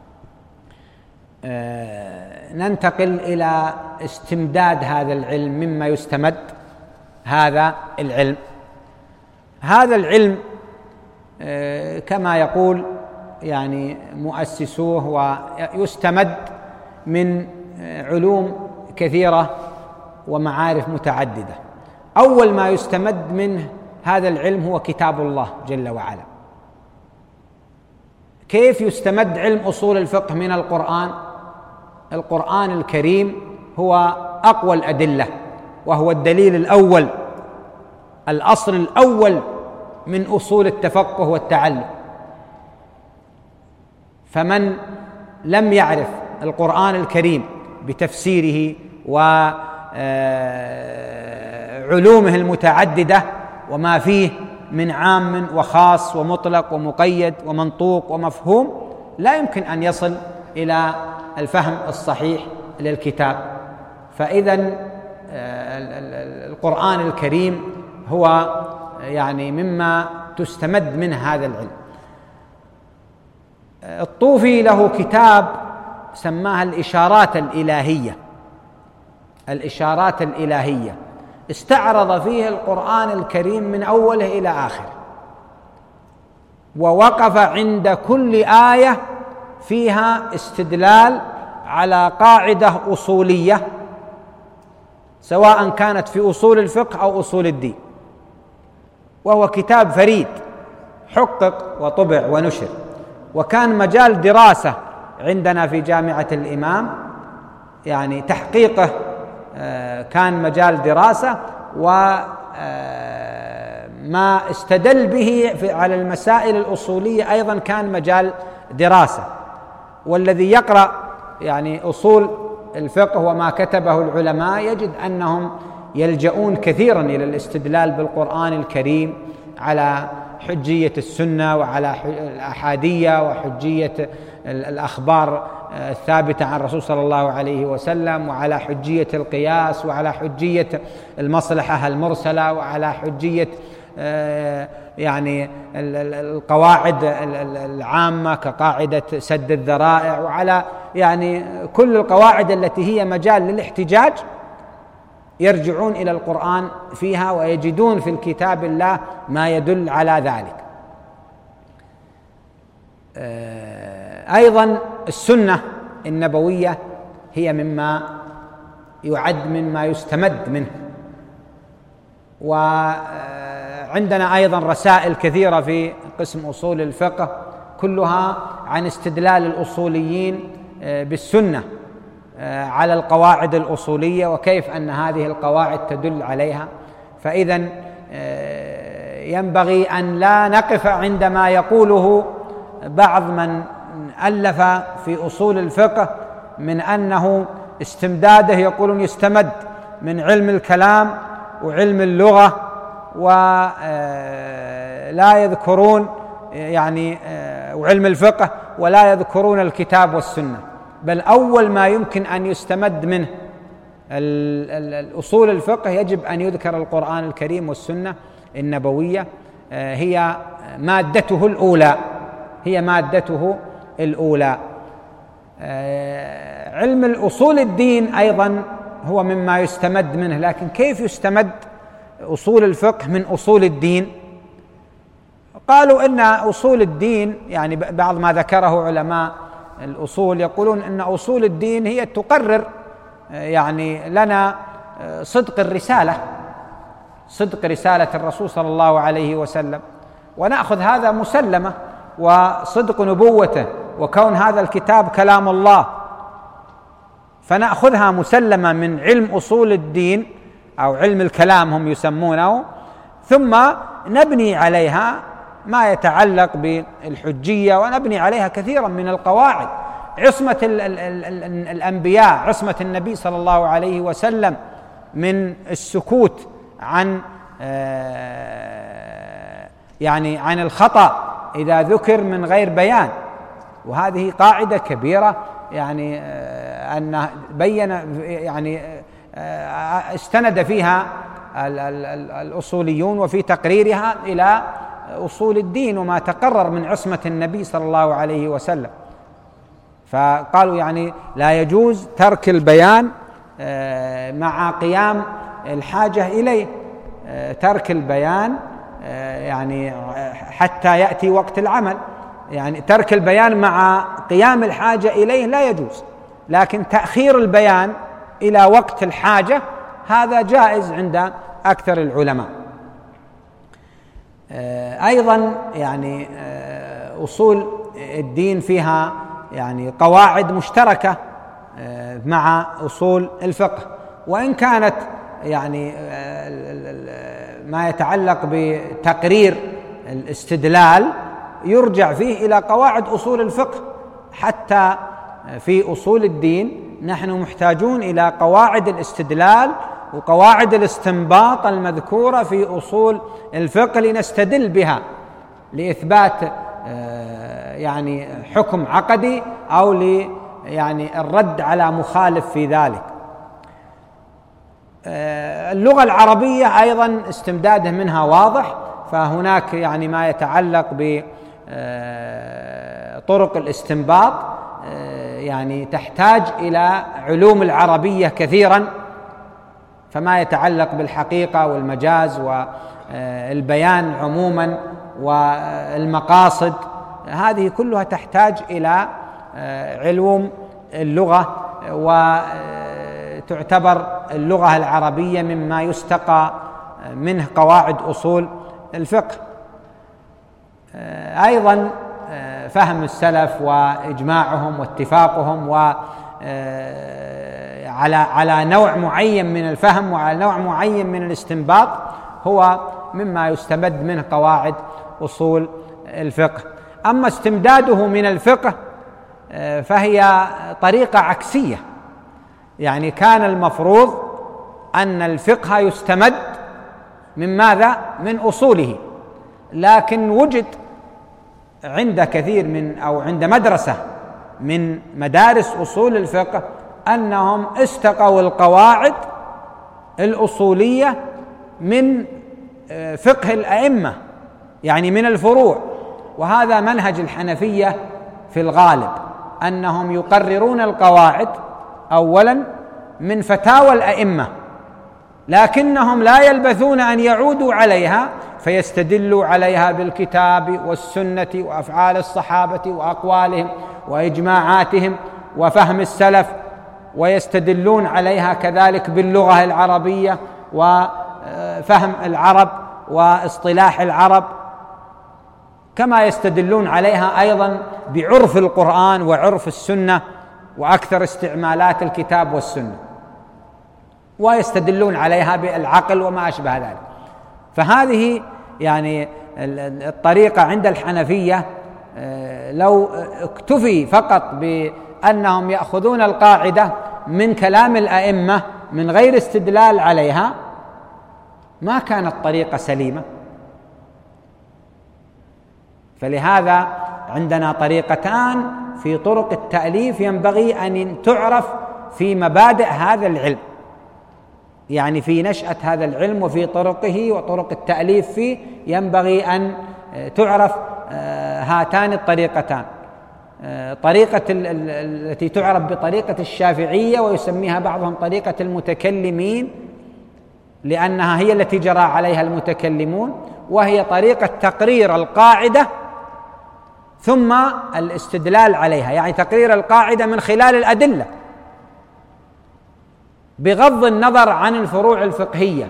ننتقل إلى استمداد هذا العلم، مما يستمد هذا العلم. هذا العلم كما يقول يعني مؤسسوه ويستمد من علوم كثيرة ومعارف متعددة. أول ما يستمد منه هذا العلم هو كتاب الله جل وعلا. كيف يستمد علم أصول الفقه من القرآن؟ القرآن الكريم هو أقوى الأدلة، وهو الدليل الأول، الأصل الأول من أصول التفقه والتعلم. فمن لم يعرف القرآن الكريم بتفسيره وعلومه المتعددة وما فيه من عام وخاص ومطلق ومقيد ومنطوق ومفهوم، لا يمكن أن يصل إلى الفهم الصحيح للكتاب. فإذن القرآن الكريم هو يعني مما تستمد منه هذا العلم. الطوفي له كتاب سماها الإشارات الإلهية، الإشارات الإلهية، استعرض فيه القرآن الكريم من أوله إلى آخره، ووقف عند كل آية فيها استدلال على قاعدة أصولية، سواء كانت في أصول الفقه أو أصول الدين. وهو كتاب فريد، حقق وطبع ونشر، وكان مجال دراسة عندنا في جامعة الإمام، يعني تحقيقه كان مجال دراسة، وما استدل به على المسائل الأصولية أيضا كان مجال دراسة. والذي يقرأ يعني أصول الفقه وما كتبه العلماء يجد أنهم يلجؤون كثيرا إلى الاستدلال بالقرآن الكريم على حجية السنة وعلى الأحادية وحجية الأخبار الثابتة عن الرسول صلى الله عليه وسلم، وعلى حجية القياس، وعلى حجية المصلحة المرسلة، وعلى حجية يعني القواعد العامة كقاعدة سد الذرائع، وعلى يعني كل القواعد التي هي مجال للاحتجاج يرجعون إلى القرآن فيها، ويجدون في الكتاب الله ما يدل على ذلك. أيضا السنة النبوية هي مما يعد مما يستمد منه. وعندنا أيضا رسائل كثيرة في قسم أصول الفقه كلها عن استدلال الأصوليين بالسنة على القواعد الأصولية، وكيف أن هذه القواعد تدل عليها. فإذن ينبغي أن لا نقف عندما يقوله بعض من ألف في أصول الفقه من أنه استمداده، يقولون يستمد من علم الكلام وعلم اللغة، ولا يذكرون يعني وعلم الفقه ولا يذكرون الكتاب والسنة. بل أول ما يمكن أن يستمد منه الأصول الفقه يجب أن يذكر القرآن الكريم والسنة النبوية، هي مادته الأولى، هي مادته الأولى. علم الأصول الدين أيضا هو مما يستمد منه، لكن كيف يستمد أصول الفقه من أصول الدين؟ قالوا إن أصول الدين يعني بعض ما ذكره علماء الأصول يقولون إن أصول الدين هي تقرر يعني لنا صدق الرسالة، صدق رسالة الرسول صلى الله عليه وسلم، ونأخذ هذا مسلمة، وصدق نبوته، وكون هذا الكتاب كلام الله، فنأخذها مسلمة من علم أصول الدين أو علم الكلام هم يسمونه، ثم نبني عليها ما يتعلق بالحجية، ونبني عليها كثيرا من القواعد، عصمة الأنبياء، عصمة النبي صلى الله عليه وسلم من السكوت عن يعني عن الخطأ إذا ذكر من غير بيان. وهذه قاعدة كبيرة يعني أن بين يعني استند فيها الأصوليون وفي تقريرها إلى أصول الدين وما تقرر من عصمة النبي صلى الله عليه وسلم. فقالوا يعني لا يجوز ترك البيان مع قيام الحاجة إليه، ترك البيان يعني حتى يأتي وقت العمل، يعني ترك البيان مع قيام الحاجة إليه لا يجوز، لكن تأخير البيان إلى وقت الحاجة هذا جائز عند أكثر العلماء. أيضا يعني أصول الدين فيها يعني قواعد مشتركة مع أصول الفقه، وإن كانت يعني ما يتعلق بتقرير الاستدلال يرجع فيه إلى قواعد أصول الفقه. حتى في أصول الدين نحن محتاجون إلى قواعد الاستدلال وقواعد الاستنباط المذكورة في أصول الفقه لنستدل بها لإثبات يعني حكم عقدي أو يعني الرد على مخالف في ذلك. اللغة العربية أيضا استمداده منها واضح، فهناك يعني ما يتعلق بطرق الاستنباط يعني تحتاج إلى علوم العربية كثيرا، فما يتعلق بالحقيقة والمجاز والبيان عموما والمقاصد، هذه كلها تحتاج إلى علوم اللغة، وتعتبر اللغة العربية مما يستقى منه قواعد أصول الفقه. أيضا فهم السلف وإجماعهم واتفاقهم على نوع معين من الفهم وعلى نوع معين من الاستنباط هو مما يستمد منه قواعد أصول الفقه. أما استمداده من الفقه فهي طريقة عكسية، يعني كان المفروض أن الفقه يستمد من ماذا؟ من أصوله، لكن وجد عند كثير من أو عند مدرسة من مدارس أصول الفقه أنهم استقوا القواعد الأصولية من فقه الأئمة، يعني من الفروع. وهذا منهج الحنفية في الغالب، أنهم يقررون القواعد أولا من فتاوى الأئمة، لكنهم لا يلبثون أن يعودوا عليها فيستدلوا عليها بالكتاب والسنة وأفعال الصحابة وأقوالهم وإجماعاتهم وفهم السلف، ويستدلون عليها كذلك باللغة العربية وفهم العرب واصطلاح العرب، كما يستدلون عليها أيضا بعرف القرآن وعرف السنة وأكثر استعمالات الكتاب والسنة، ويستدلون عليها بالعقل وما أشبه ذلك. فهذه يعني الطريقة عند الحنفية لو اكتفي فقط بأنهم يأخذون القاعدة من كلام الأئمة من غير استدلال عليها ما كانت طريقة سليمة. فلهذا عندنا طريقتان في طرق التأليف ينبغي أن تعرف في مبادئ هذا العلم، يعني في نشأة هذا العلم وفي طرقه وطرق التأليف فيه ينبغي أن تعرف هاتان الطريقتان. طريقة التي تعرف بطريقة الشافعية ويسميها بعضهم طريقة المتكلمين لأنها هي التي جرى عليها المتكلمون، وهي طريقة تقرير القاعدة ثم الاستدلال عليها، يعني تقرير القاعدة من خلال الأدلة بغض النظر عن الفروع الفقهية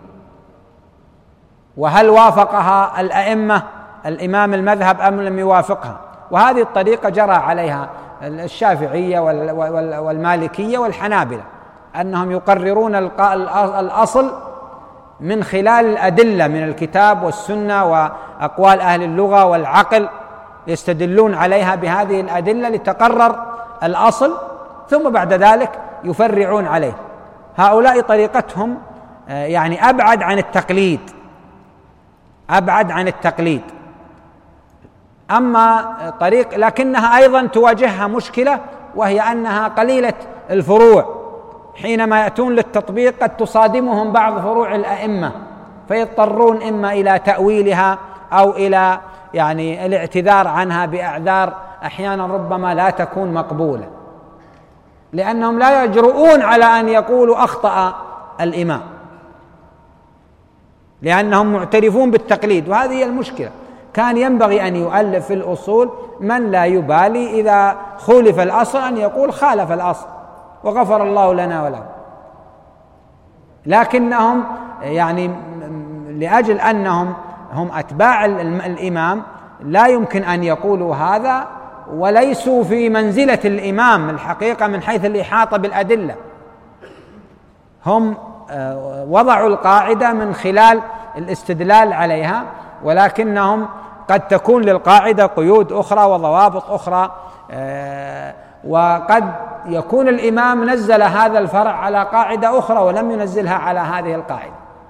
وهل وافقها الأئمة الإمام المذهب أم لم يوافقها. وهذه الطريقة جرى عليها الشافعية والمالكية والحنابلة، أنهم يقررون الأصل من خلال الأدلة من الكتاب والسنة وأقوال أهل اللغة والعقل، يستدلون عليها بهذه الأدلة لتقرر الأصل، ثم بعد ذلك يفرعون عليه. هؤلاء طريقتهم يعني أبعد عن التقليد. أما طريق لكنها أيضا تواجهها مشكلة، وهي أنها قليلة الفروع، حينما يأتون للتطبيق قد تصادمهم بعض فروع الأئمة فيضطرون إما إلى تأويلها أو إلى يعني الاعتذار عنها بأعذار أحيانا ربما لا تكون مقبولة، لأنهم لا يجرؤون على أن يقولوا أخطأ الإمام، لأنهم معترفون بالتقليد. وهذه هي المشكلة. كان ينبغي أن يؤلف في الأصول من لا يبالي إذا خولف الأصل أن يقول خالف الأصل وغفر الله لنا ولهم، لكنهم يعني لأجل أنهم هم أتباع الإمام لا يمكن أن يقولوا هذا، وليسوا في منزلة الإمام الحقيقة من حيث الإحاطة بالأدلة. هم وضعوا القاعدة من خلال الاستدلال عليها، ولكنهم قد تكون للقاعدة قيود أخرى وضوابط أخرى، وقد يكون الإمام نزل هذا الفرع على قاعدة أخرى ولم ينزلها على هذه القاعدة.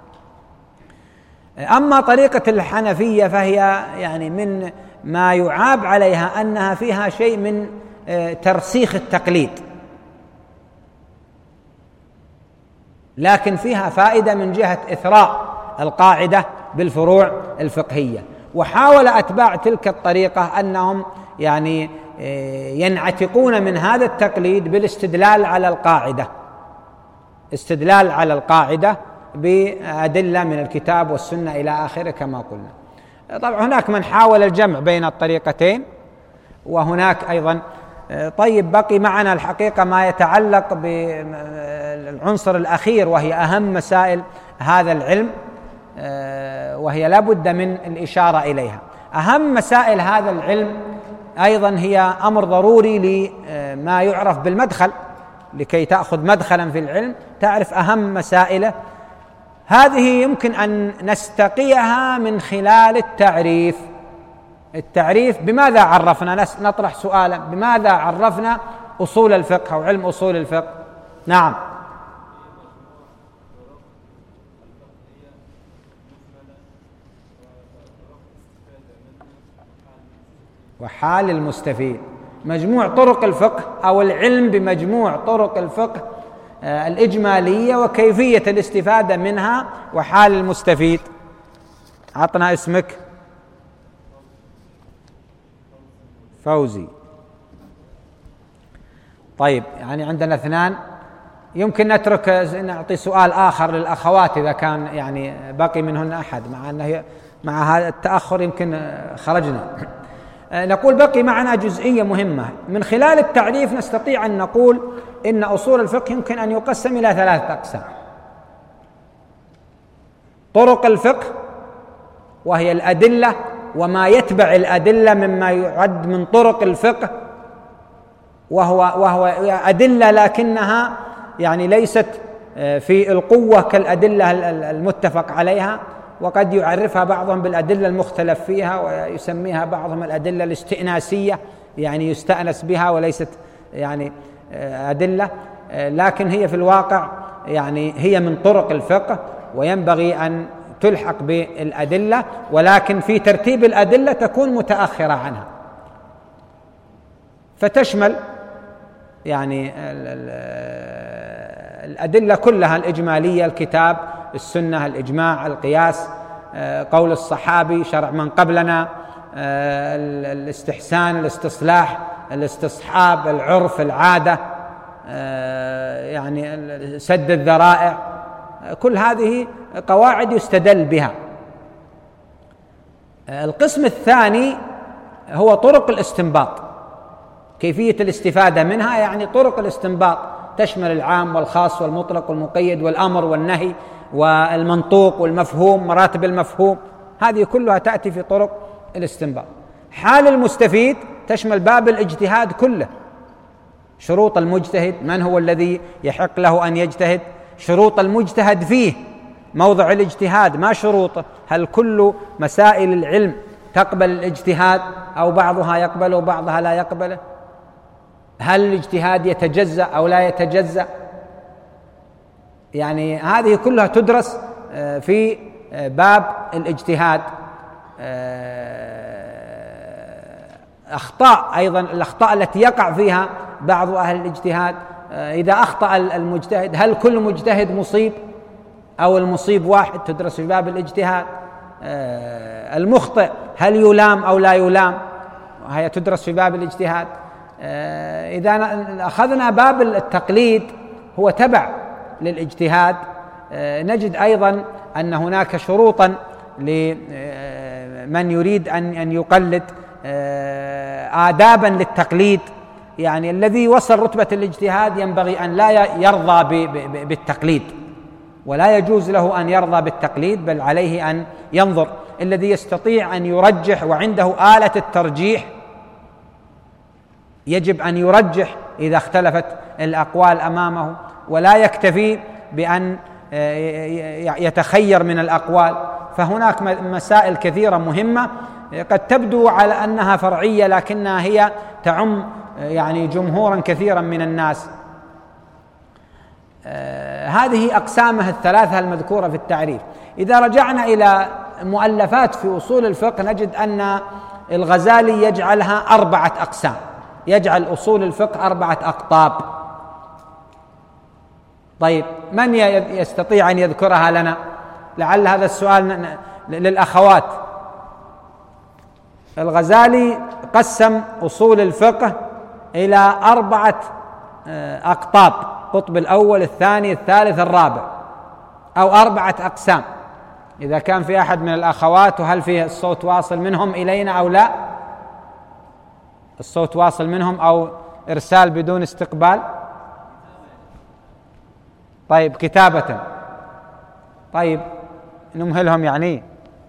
أما طريقة الحنفية فهي يعني من ما يعاب عليها أنها فيها شيء من ترسيخ التقليد، لكن فيها فائدة من جهة إثراء القاعدة بالفروع الفقهية. وحاول أتباع تلك الطريقة أنهم يعني ينعتقون من هذا التقليد بالاستدلال على القاعدة، استدلال على القاعدة بأدلة من الكتاب والسنة إلى آخره كما قلنا. طبعا هناك من حاول الجمع بين الطريقتين، وهناك أيضا طيب بقي معنا الحقيقة ما يتعلق بالعنصر الأخير، وهي أهم مسائل هذا العلم، وهي لا بد من الإشارة إليها. أهم مسائل هذا العلم أيضا هي أمر ضروري لما يعرف بالمدخل، لكي تأخذ مدخلا في العلم تعرف أهم مسائله. هذه يمكن أن نستقيها من خلال التعريف. التعريف بماذا عرفنا؟ نطرح سؤالا: بماذا عرفنا أصول الفقه أو علم أصول الفقه؟ نعم، وحال المستفيد، مجموع طرق الفقه أو العلم بمجموع طرق الفقه الإجمالية وكيفية الاستفادة منها وحال المستفيد. عطنا اسمك. فوزي. طيب، يعني عندنا اثنان، يمكن نترك نعطي سؤال آخر للأخوات إذا كان يعني بقي منهن أحد، مع أنه مع هذا التأخر يمكن خرجنا. نقول بقي معنا جزئية مهمة. من خلال التعريف نستطيع أن نقول إن أصول الفقه يمكن أن يقسم إلى 3 أقسام: طرق الفقه، وهي الأدلة وما يتبع الأدلة مما يعد من طرق الفقه، وهو أدلة لكنها يعني ليست في القوة كالأدلة المتفق عليها، وقد يعرفها بعضهم بالأدلة المختلف فيها، ويسميها بعضهم الأدلة الاستئناسية، يعني يستأنس بها وليست يعني أدلة، لكن هي في الواقع يعني هي من طرق الفقه، وينبغي أن تلحق بالأدلة، ولكن في ترتيب الأدلة تكون متأخرة عنها، فتشمل يعني الأدلة كلها الإجمالية: الكتاب، السنة، الإجماع، القياس، قول الصحابي، شرع من قبلنا، الاستحسان، الاستصلاح، الاستصحاب، العرف، العادة، يعني سد الذرائع، كل هذه قواعد يستدل بها. القسم الثاني هو طرق الاستنباط، كيفية الاستفادة منها، يعني طرق الاستنباط تشمل العام والخاص والمطلق والمقيد والأمر والنهي والمنطوق والمفهوم، مراتب المفهوم، هذه كلها تأتي في طرق الاستنباط. حال المستفيد تشمل باب الاجتهاد كله: شروط المجتهد، من هو الذي يحق له أن يجتهد، شروط المجتهد فيه، موضع الاجتهاد ما شروطه، هل كل مسائل العلم تقبل الاجتهاد أو بعضها يقبله وبعضها لا يقبله، هل الاجتهاد يتجزأ أو لا يتجزأ، يعني هذه كلها تدرس في باب الاجتهاد. أخطاء أيضا، الأخطاء التي يقع فيها بعض أهل الاجتهاد، إذا أخطأ المجتهد هل كل مجتهد مصيب أو المصيب واحد، تدرس في باب الاجتهاد. المخطئ هل يلام أو لا يلام، وهي تدرس في باب الاجتهاد. إذا أخذنا باب التقليد هو تبع للاجتهاد، نجد أيضا أن هناك شروطا لمن يريد أن يقلد، آدابا للتقليد، يعني الذي وصل رتبة الاجتهاد ينبغي أن لا يرضى بالتقليد، ولا يجوز له أن يرضى بالتقليد، بل عليه أن ينظر الذي يستطيع أن يرجح وعنده آلة الترجيح يجب أن يرجح إذا اختلفت الأقوال أمامه، ولا يكتفي بأن يتخير من الأقوال. فهناك مسائل كثيرة مهمة قد تبدو على أنها فرعية لكنها هي تعم يعني جمهورا كثيرا من الناس. هذه أقسامها الثلاثة المذكورة في التعريف. إذا رجعنا إلى مؤلفات في أصول الفقه نجد أن الغزالي يجعلها 4 أقسام، يجعل أصول الفقه 4 أقطاب. طيب من يستطيع أن يذكرها لنا؟ لعل هذا السؤال للأخوات. الغزالي قسم أصول الفقه إلى 4 أقطاب، القطب الأول الثاني الثالث الرابع، أو 4 أقسام. إذا كان في أحد من الأخوات، وهل فيه الصوت واصل منهم إلينا أو لا؟ الصوت واصل منهم أو إرسال بدون استقبال؟ طيب كتابة. طيب نمهلهم يعني.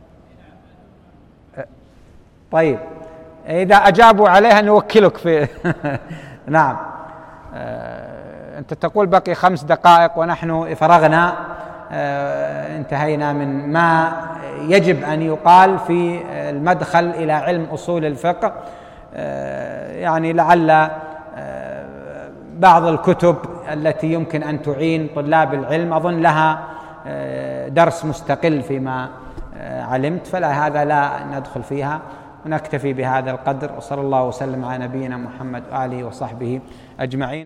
طيب إذا أجابوا عليها نوكلك في نعم. أنت تقول بقي 5 دقائق ونحن فرغنا، انتهينا من ما يجب أن يقال في المدخل إلى علم أصول الفقه. يعني لعل بعض الكتب التي يمكن أن تعين طلاب العلم أظن لها درس مستقل فيما علمت، فلا هذا لا ندخل فيها، ونكتفي بهذا القدر. وصلى الله وسلم على نبينا محمد وآله وصحبه أجمعين.